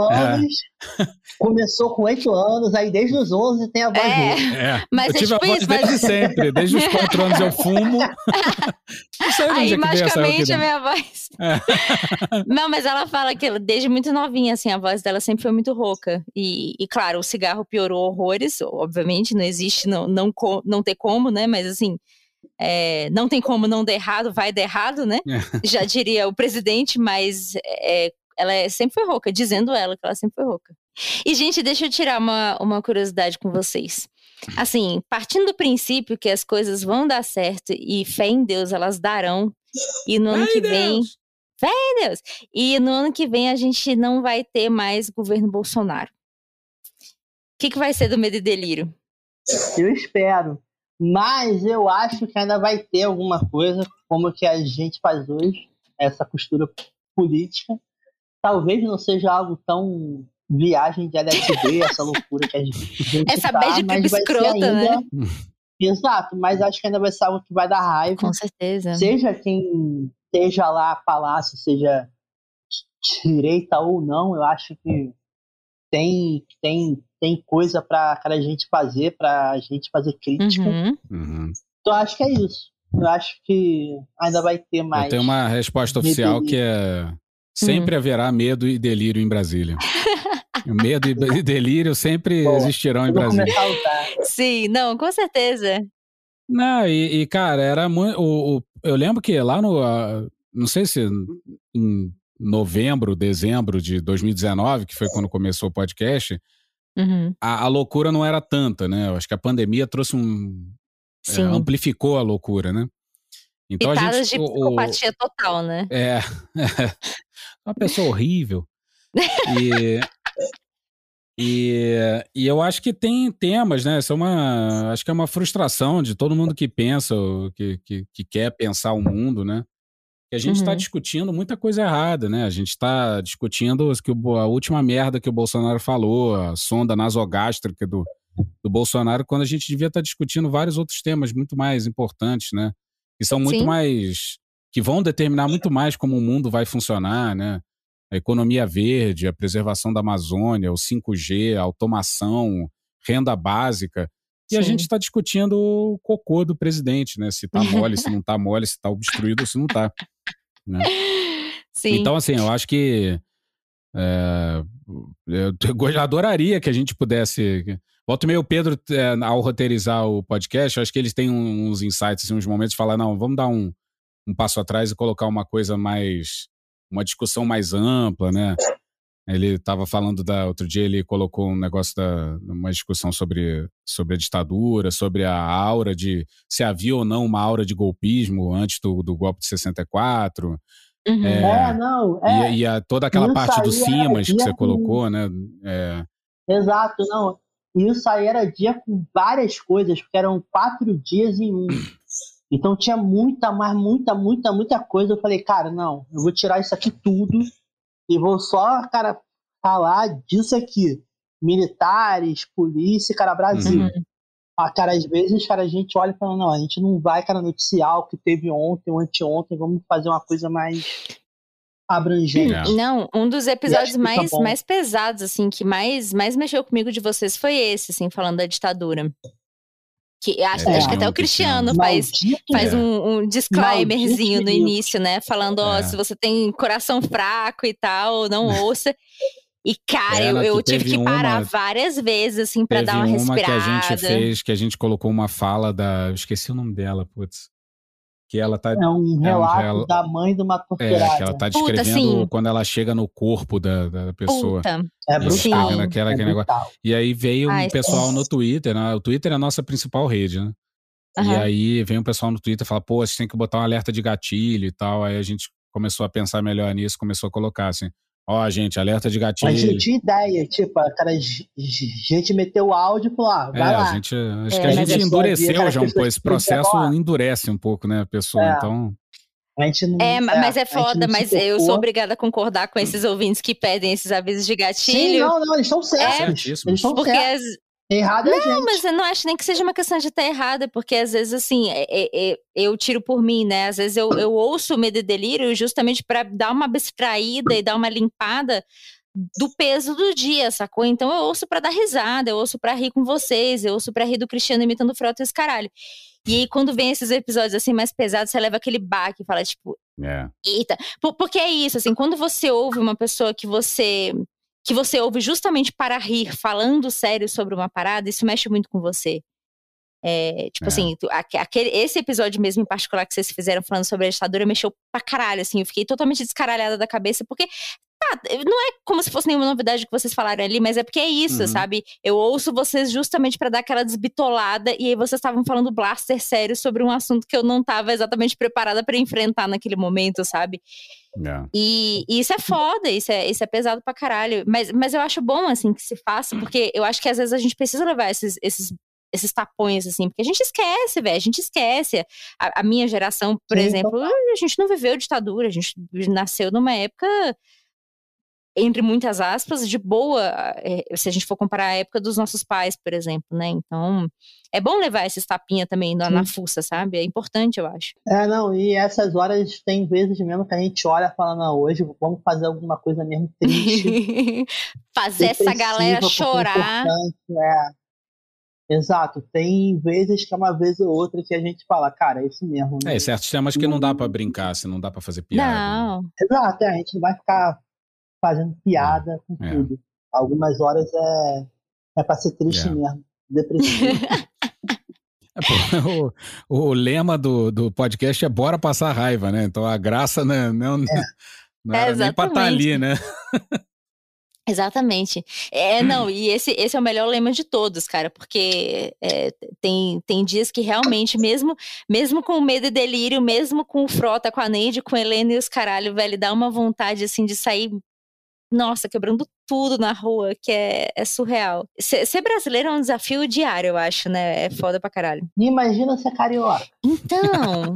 Começou com 8 anos, aí desde os 11 tem a voz dele. Mas eu tive a voz desde sempre, desde os 4 anos eu fumo. Não sei aí, magicamente, a minha voz... Não, mas ela fala que desde muito novinha, assim, a voz dela sempre foi muito rouca. E claro, o cigarro piorou horrores, obviamente, não existe, não ter como, né, mas assim... não tem como não dar errado, vai dar errado, né? Já diria o presidente, mas ela sempre foi rouca, dizendo ela que ela sempre foi rouca. E, gente, deixa eu tirar uma curiosidade com vocês. Assim, partindo do princípio que as coisas vão dar certo e fé em Deus elas darão, e no ano que vem... Fé em Deus! E no ano que vem a gente não vai ter mais governo Bolsonaro. O que vai ser do Medo e Delírio? Eu espero. Mas eu acho que ainda vai ter alguma coisa, como que a gente faz hoje, essa costura política. Talvez não seja algo tão viagem de LSD, essa loucura que a gente essa bad trip escrota, ainda... né? Exato, mas acho que ainda vai ser algo que vai dar raiva. Com certeza. Seja quem esteja lá, palácio, seja direita ou não, eu acho que tem coisa pra gente fazer crítica. Então acho que é isso. Eu acho que ainda vai ter mais. Eu tenho uma resposta oficial que é: sempre haverá medo e delírio em Brasília. Medo e delírio sempre existirão em Brasília. Sim, não, com certeza. Não, cara, era muito. Eu lembro que lá não sei se em novembro, dezembro de 2019, que foi quando começou o podcast, a loucura não era tanta, né? Eu acho que a pandemia trouxe amplificou a loucura, né? Então Pitadas de psicopatia total, né? Uma pessoa horrível. E eu acho que tem temas, né? Acho que é uma frustração de todo mundo que pensa, que quer pensar o mundo, né? Que a gente está discutindo muita coisa errada, né? A gente está discutindo a última merda que o Bolsonaro falou, a sonda nasogástrica do Bolsonaro, quando a gente devia estar discutindo vários outros temas muito mais importantes, né? Que são muito mais... que vão determinar muito mais como o mundo vai funcionar, né? A economia verde, a preservação da Amazônia, o 5G, a automação, renda básica. E a gente está discutindo o cocô do presidente, né? Se tá mole, se não tá mole, se tá obstruído ou se não tá. Né? Sim. Então, assim, eu acho que eu adoraria que a gente pudesse... Volta e meio, o Pedro, ao roteirizar o podcast, eu acho que eles têm uns insights, assim, uns momentos de falar, não, vamos dar um passo atrás e colocar uma coisa mais... uma discussão mais ampla, né? Ele estava falando outro dia ele colocou um negócio uma discussão sobre a ditadura, sobre a aura de se havia ou não uma aura de golpismo antes do golpe de 64. E toda aquela parte do Simas que você colocou, né? Exato, não. Isso aí era dia com várias coisas, porque eram 4 dias em um. Então tinha muita coisa. Eu falei, cara, não, eu vou tirar isso aqui tudo e vou só, cara, falar disso aqui. Militares, polícia, cara, Brasil. Cara, às vezes, cara, a gente olha e fala, não, a gente não vai, cara, noticiar o que teve ontem ou anteontem, vamos fazer uma coisa mais abrangente. Não, um dos episódios mais pesados, assim, que mais mexeu comigo de vocês foi esse, assim, falando da ditadura. Que acho que até o Cristiano faz um disclaimerzinho no início, né? Falando, se você tem coração fraco e tal, não ouça. E, cara, eu tive que parar várias vezes, assim, pra dar uma respirada. Que a gente fez, que a gente colocou uma fala eu esqueci o nome dela, putz. Que ela tá... É um relato da mãe de uma torturada. Que ela tá descrevendo quando ela chega no corpo da pessoa. É brutal. Aquele negócio. E aí veio um pessoal no Twitter, né? O Twitter é a nossa principal rede, né? E aí vem um pessoal no Twitter e fala, pô, você tem que botar um alerta de gatilho e tal. Aí a gente começou a pensar melhor nisso, começou a colocar assim, gente, alerta de gatilho. A gente tinha ideia, tipo, cara, a gente meteu o áudio e falou, vai lá. Acho que a gente endureceu já um pouco, esse processo endurece um pouco, né, a pessoa, então... A gente não, mas é foda, mas eu sou obrigada a concordar com esses ouvintes que pedem esses avisos de gatilho. Sim, não, eles estão certos. Eles estão certos. Errado é a gente. Não, mas eu não acho nem que seja uma questão de estar errada, porque às vezes, assim, eu tiro por mim, né? Às vezes eu ouço o Medo e Delírio justamente pra dar uma abstraída e dar uma limpada do peso do dia, sacou? Então eu ouço pra dar risada, eu ouço pra rir com vocês, eu ouço pra rir do Cristiano imitando o Frota e os caralho. E aí, quando vem esses episódios, assim, mais pesados, você leva aquele baque e fala, tipo, eita. Porque é isso, assim, quando você ouve uma pessoa que você ouve justamente para rir, falando sério sobre uma parada, isso mexe muito com você. Assim, esse episódio mesmo em particular que vocês fizeram falando sobre a ditadura mexeu pra caralho, assim, eu fiquei totalmente descaralhada da cabeça, porque não é como se fosse nenhuma novidade que vocês falaram ali, mas é porque é isso, sabe? Eu ouço vocês justamente pra dar aquela desbitolada, e aí vocês estavam falando blaster sério sobre um assunto que eu não tava exatamente preparada pra enfrentar naquele momento, sabe? E isso é foda, isso é pesado pra caralho, mas eu acho bom, assim, que se faça, porque eu acho que às vezes a gente precisa levar esses tapões, assim, porque a gente esquece, velho, a gente esquece. A minha geração, por exemplo, a gente não viveu ditadura, a gente nasceu numa época, entre muitas aspas, de boa, se a gente for comparar a época dos nossos pais, por exemplo, né? Então, é bom levar esses tapinha também na fuça, sabe? É importante, eu acho. Não, e essas horas tem vezes mesmo que a gente olha e fala, não, hoje vamos fazer alguma coisa mesmo triste. Fazer essa galera chorar. Exato, tem vezes que é uma vez ou outra que a gente fala, cara, é isso mesmo. Né? Certos temas que não dá pra brincar, se não dá pra fazer piada. Não. Né? Exato, a gente não vai ficar fazendo piada com tudo. Algumas horas é pra ser triste mesmo, depressivo. O lema do podcast é bora passar raiva, né? Então a graça não era nem pra estar ali, né? Exatamente. Não, e esse é o melhor lema de todos, cara, porque tem dias que realmente, mesmo com Medo e Delírio, mesmo com o Frota, com a Neide, com a Helena e os caralho, velho, dá uma vontade, assim, de sair, nossa, quebrando tudo na rua, que é surreal. Ser brasileiro é um desafio diário, eu acho, né? É foda pra caralho. Imagina ser carioca. Então...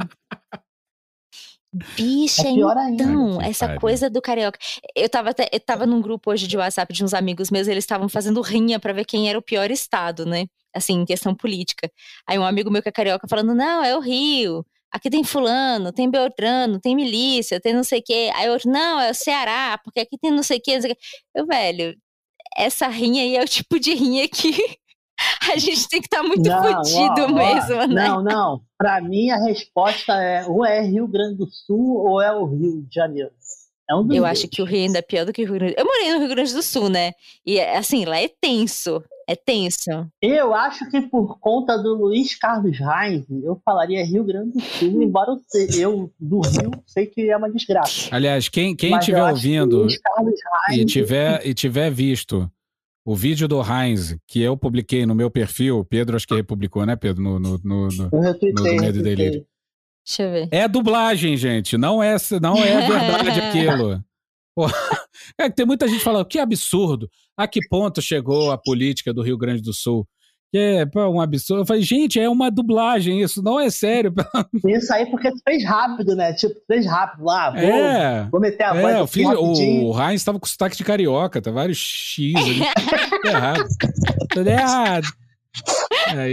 Bicha, então, essa coisa do carioca. Eu tava num grupo hoje de WhatsApp de uns amigos meus, eles estavam fazendo rinha pra ver quem era o pior estado, né? Assim, em questão política. Aí um amigo meu que é carioca falando, não, é o Rio. Aqui tem fulano, tem Beltrano, tem milícia, tem não sei o quê. Aí outro, não, é o Ceará, porque aqui tem não sei o quê. Eu, velho, essa rinha aí é o tipo de rinha que... A gente tem que estar muito fudido mesmo, né? Não. Pra mim, a resposta ou é Rio Grande do Sul ou é o Rio de Janeiro. Eu acho que o Rio ainda é pior do que o Rio Grande do Sul. Eu morei no Rio Grande do Sul, né? E, assim, lá é tenso. É tenso. Eu acho que por conta do Luiz Carlos Reis, eu falaria Rio Grande do Sul, embora eu do Rio sei que é uma desgraça. Aliás, quem estiver ouvindo e tiver visto o vídeo do Heinz, que eu publiquei no meu perfil, Pedro acho que republicou, né, Pedro? No Medo e Delírio. Deixa eu ver. É dublagem, gente. Não é verdade aquilo. Pô, que tem muita gente falando, que absurdo. A que ponto chegou a política do Rio Grande do Sul? Que é um absurdo. Eu falei, gente, é uma dublagem, isso não é sério. Isso aí porque tu fez rápido, né? Tipo, fez rápido lá. Vou meter a voz o Heinz estava com sotaque de carioca, tá vários X ali. Tudo errado. Tudo errado. Aí.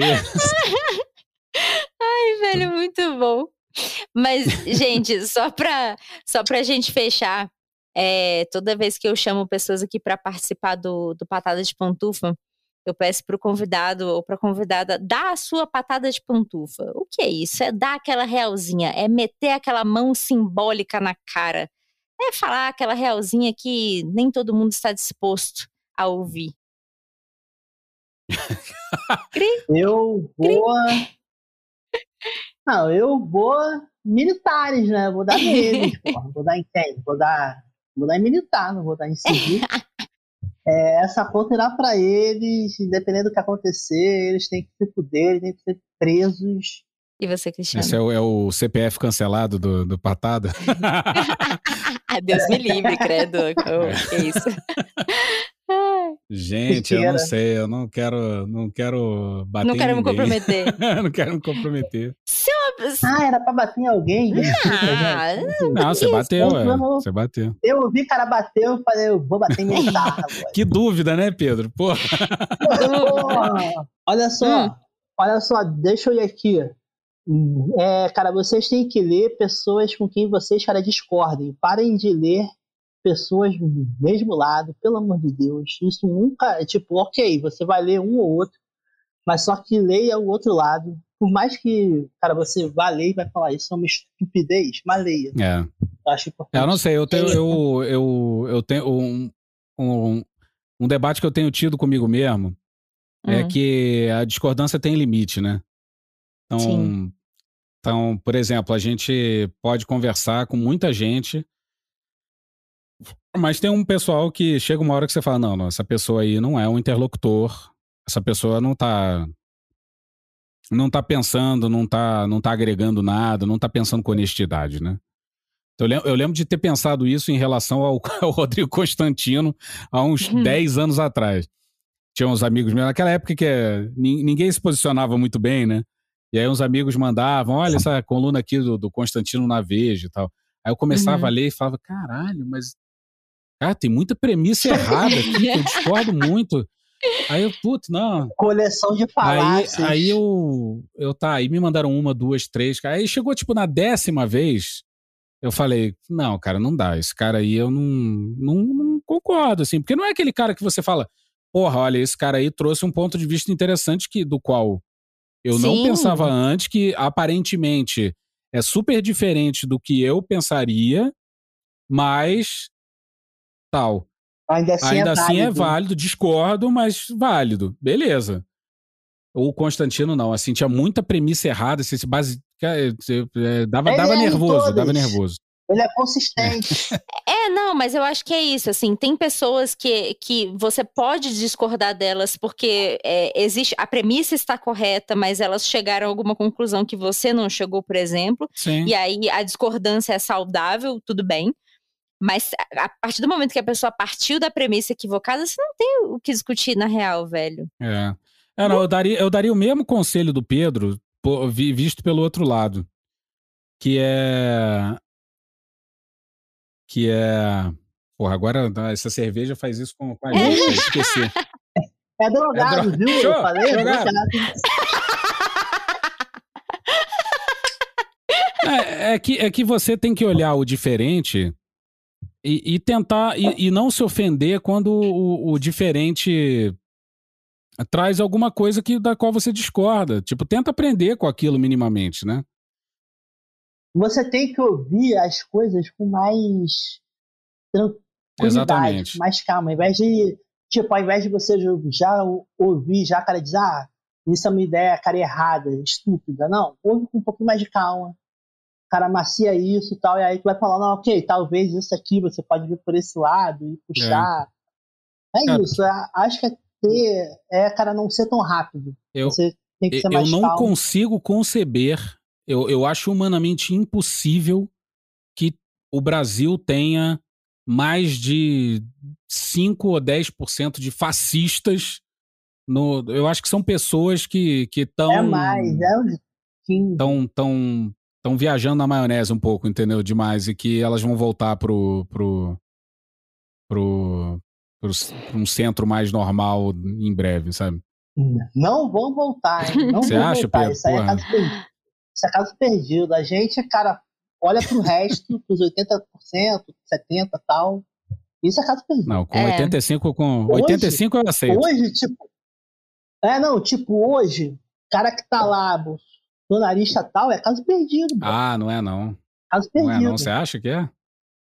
Ai, velho, muito bom. Mas, gente, só pra gente fechar, toda vez que eu chamo pessoas aqui pra participar do Patada de Pantufa, eu peço pro convidado ou pra convidada dar a sua patada de pantufa. O que é isso? É dar aquela realzinha, é meter aquela mão simbólica na cara, é falar aquela realzinha que nem todo mundo está disposto a ouvir. Eu vou militares, né? Vou dar neles, porra. Vou dar em quem? Vou dar em militar, não vou dar em civil. Essa conta irá pra eles, independente do que acontecer, eles têm que se fuder, eles têm que ser presos. E você, Cristiano? Esse é o CPF cancelado do Patada? Deus me livre, credo. Que isso? Gente, eu não sei, eu não quero bater Não quero me comprometer. Não quero me comprometer. Era pra bater em alguém? Não, você bateu, você bateu. Eu ouvi o cara bater, eu falei, eu vou bater em militar. Que dúvida, né, Pedro? Porra. Olha só, deixa eu ir aqui. Cara, vocês têm que ler pessoas com quem vocês, cara, discordem. Parem de ler pessoas do mesmo lado, pelo amor de Deus. Isso nunca é tipo, ok, você vai ler um ou outro, mas só que leia o outro lado. Por mais que, cara, você vá ler e vai falar, isso é uma estupidez, mas leia. Eu acho importante. Eu não sei, eu tenho um debate que eu tenho tido comigo mesmo, é que a discordância tem limite, né? Então, por exemplo, a gente pode conversar com muita gente, mas tem um pessoal que chega uma hora que você fala, não, essa pessoa aí não é um interlocutor, essa pessoa não tá pensando, não tá agregando nada, não tá pensando com honestidade, né? Então, eu lembro de ter pensado isso em relação ao Rodrigo Constantino há uns 10 anos atrás. Tinha uns amigos meus, naquela época que ninguém se posicionava muito bem, né? E aí uns amigos mandavam, olha essa coluna aqui do Constantino na Veja e tal. Aí eu começava a ler e falava, caralho, mas... Cara, tem muita premissa errada aqui, que eu discordo muito. Aí eu, não. Coleção de falácias. Aí aí me mandaram 1, 2, 3. Aí chegou, tipo, na 10ª vez, eu falei, não, cara, não dá. Esse cara aí eu não concordo, assim. Porque não é aquele cara que você fala, porra, olha, esse cara aí trouxe um ponto de vista interessante do qual eu não pensava antes, que aparentemente é super diferente do que eu pensaria, mas tal. Ainda assim é válido, discordo, mas válido. Beleza. O Constantino não, assim, tinha muita premissa errada, assim, dava nervoso. Ele é consistente. Não, mas eu acho que é isso, assim, tem pessoas que você pode discordar delas porque existe, a premissa está correta, mas elas chegaram a alguma conclusão que você não chegou, por exemplo, Sim. e aí a discordância é saudável, tudo bem, mas a partir do momento que a pessoa partiu da premissa equivocada, você não tem o que discutir na real, velho. Não, eu daria o mesmo conselho do Pedro, visto pelo outro lado, que é... Porra, agora essa cerveja faz isso com a gente, esqueci. É drogado, viu? Eu falei, é drogado. É que você tem que olhar o diferente e tentar, e não se ofender quando o diferente traz alguma coisa da qual você discorda. Tipo, tenta aprender com aquilo minimamente, né? Você tem que ouvir as coisas com mais tranquilidade, mais calma. Ao invés de você já ouvir, já cara dizer, isso é uma ideia, cara, errada, estúpida. Não, ouve com um pouquinho mais de calma. Cara, macia isso e tal, e aí tu vai falar, não, ok, talvez isso aqui você pode vir por esse lado e puxar. Isso, acho que cara, não ser tão rápido. Você tem que ser mais calmo. Eu não consigo conceber, eu acho humanamente impossível que o Brasil tenha mais de 5 ou 10% de fascistas. Eu acho que são pessoas que estão... Estão viajando na maionese um pouco, entendeu? Demais. E que elas vão voltar pro um centro mais normal em breve, sabe? Não vão voltar, hein? Você acha, Pedro? Isso aí é caso perdido. A gente, cara, olha pro resto, pros 80%, 70% e tal. Isso é caso perdido. Não, com 85 eu aceito. Hoje, hoje, cara que tá lá, bolsonarista tal, é caso perdido. Não é não. Caso perdido. Não é não, você acha que é?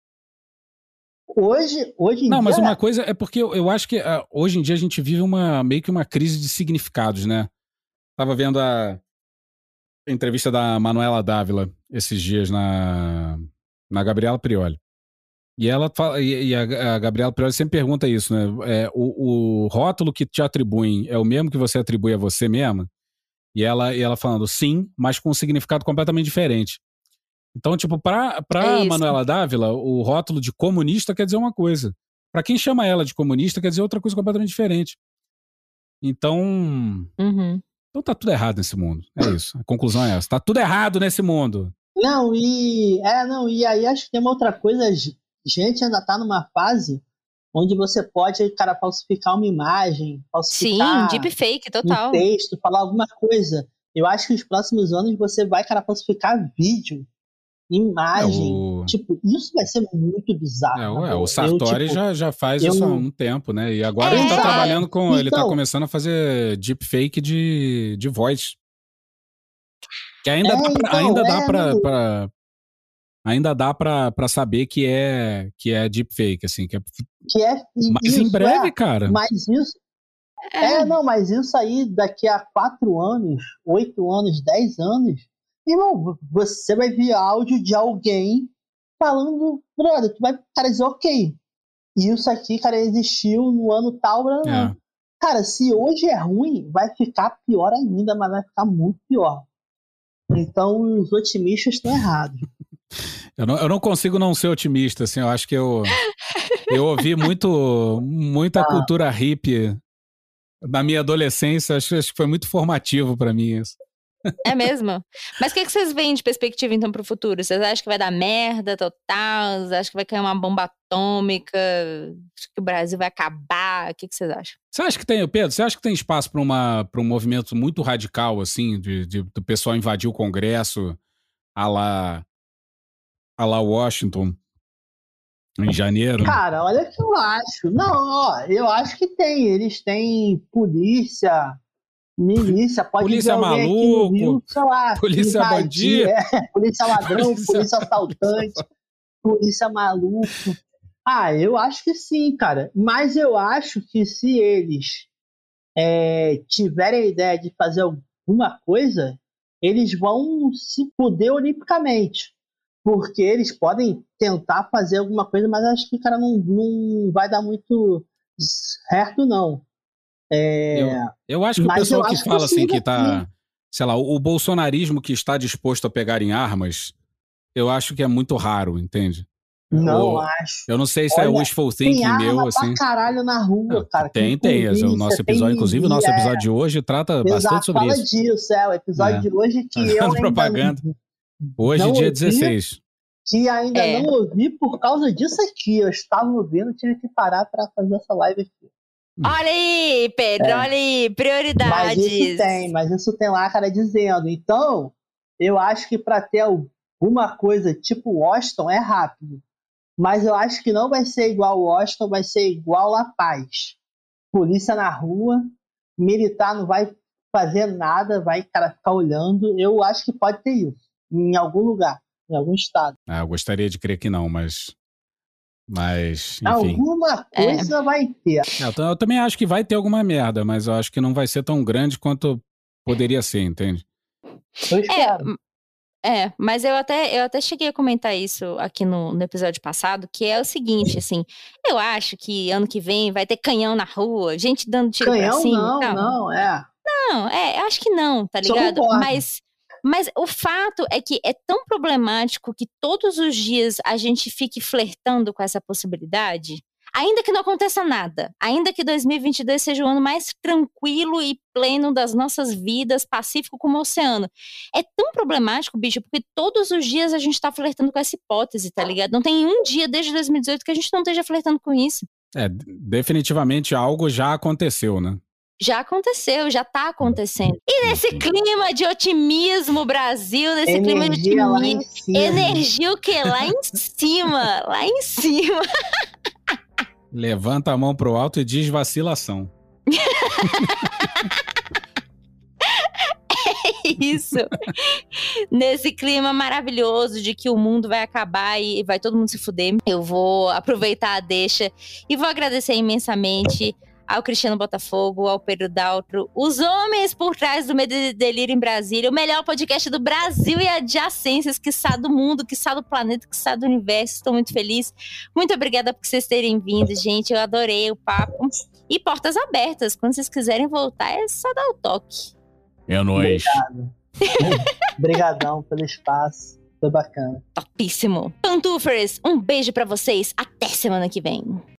Hoje em não, dia... mas uma coisa é porque eu acho que hoje em dia a gente vive meio que uma crise de significados, né? Tava vendo a entrevista da Manuela Dávila esses dias na Gabriela Prioli. E ela fala, e a Gabriela Prioli sempre pergunta isso, né? O rótulo que te atribuem é o mesmo que você atribui a você mesma? E ela falando, sim, mas com um significado completamente diferente. Então, tipo, pra Manuela Dávila, o rótulo de comunista quer dizer uma coisa. Pra quem chama ela de comunista, quer dizer outra coisa completamente diferente. Então... Então tá tudo errado nesse mundo. É isso. A conclusão é essa. Tá tudo errado nesse mundo. E aí acho que tem uma outra coisa. A gente ainda tá numa fase onde você pode, cara, falsificar uma imagem, falsificar... Sim, deepfake, total. Um texto, falar alguma coisa. Eu acho que nos próximos anos você vai, cara, falsificar vídeo, imagem. Tipo, isso vai ser muito bizarro. O Sartori já faz isso há um tempo, né? E agora ele tá trabalhando com... Então, ele tá começando a fazer deepfake de voz. Que ainda dá pra saber que é deepfake, assim. Mas isso, em breve, cara. Mas isso... mas isso aí daqui a 4 anos, 8 anos, 10 anos... Irmão, você vai ver áudio de alguém falando, brother, tu vai, cara, dizer, ok, isso aqui, cara, existiu no ano tal, Cara, se hoje é ruim, vai ficar pior ainda, mas vai ficar muito pior. Então, os otimistas estão errados. Eu não consigo não ser otimista, assim, eu acho que eu ouvi muita cultura hippie na minha adolescência, acho que foi muito formativo pra mim isso. É mesmo? Mas o que vocês veem de perspectiva, então, pro futuro? Vocês acham que vai dar merda total? Vocês acham que vai cair uma bomba atômica? Acho que o Brasil vai acabar? O que vocês acham? Você acha que tem, Pedro, espaço para um movimento muito radical, assim, do pessoal invadir o Congresso à la Washington em janeiro? Cara, olha o que eu acho. Não, eu acho que tem. Eles têm polícia... Milícia, pode polícia ver alguém maluco, aqui no Rio, sei lá, polícia bandido, polícia ladrão, polícia assaltante, polícia maluco. Eu acho que sim, cara. Mas eu acho que se eles tiverem a ideia de fazer alguma coisa, eles vão se fuder olimpicamente. Porque eles podem tentar fazer alguma coisa, mas acho que, cara, não vai dar muito certo, não. Eu acho que o pessoal que fala assim que tá... Sei lá, o bolsonarismo que está disposto a pegar em armas, eu acho que é muito raro, entende? Não acho. Eu não sei se é wishful thinking meu, assim. Tem caralho na rua, cara. Tem. O nosso episódio, inclusive, o nosso episódio de hoje trata bastante sobre isso. Fala disso, o episódio de hoje que eu ainda... propaganda. Hoje, dia 16. Que ainda não ouvi por causa disso aqui. Eu estava ouvindo, tive que parar pra fazer essa live aqui. Olha aí, Pedro, olha aí, prioridades. Mas isso tem lá, cara, dizendo. Então, eu acho que pra ter alguma coisa tipo Washington é rápido. Mas eu acho que não vai ser igual Washington, vai ser igual La Paz. Polícia na rua, militar não vai fazer nada, vai, cara, ficar olhando. Eu acho que pode ter isso, em algum lugar, em algum estado. Eu gostaria de crer que não, mas enfim. Alguma coisa vai ter. Eu também acho que vai ter alguma merda, mas eu acho que não vai ser tão grande quanto poderia ser, entende? Eu espero. Mas eu até cheguei a comentar isso aqui no episódio passado, que é o seguinte, assim, eu acho que ano que vem vai ter canhão na rua, gente dando tiro pra cima. Não, eu acho que não, tá ligado? Mas o fato é que é tão problemático que todos os dias a gente fique flertando com essa possibilidade, ainda que não aconteça nada, ainda que 2022 seja o ano mais tranquilo e pleno das nossas vidas, pacífico como o oceano. É tão problemático, bicho, porque todos os dias a gente tá flertando com essa hipótese, tá ligado? Não tem um dia desde 2018 que a gente não esteja flertando com isso. Definitivamente algo já aconteceu, né? Já aconteceu, já tá acontecendo. E nesse clima de otimismo, Brasil, nesse clima de otimismo, energia o quê? Lá em cima, lá em cima. Levanta a mão pro alto e diz vacilação. É isso. Nesse clima maravilhoso de que o mundo vai acabar e vai todo mundo se fuder, eu vou aproveitar a deixa e vou agradecer imensamente ao Cristiano Botafogo, ao Pedro Daltro, os homens por trás do Medo e Delírio em Brasília, o melhor podcast do Brasil e adjacências, quiçá do mundo, quiçá do planeta, quiçá do universo. Estou muito feliz. Muito obrigada por vocês terem vindo, gente. Eu adorei o papo. E portas abertas. Quando vocês quiserem voltar, é só dar o toque. É nóis. Obrigadão pelo espaço. Foi bacana. Topíssimo. Pantufers, um beijo pra vocês. Até semana que vem.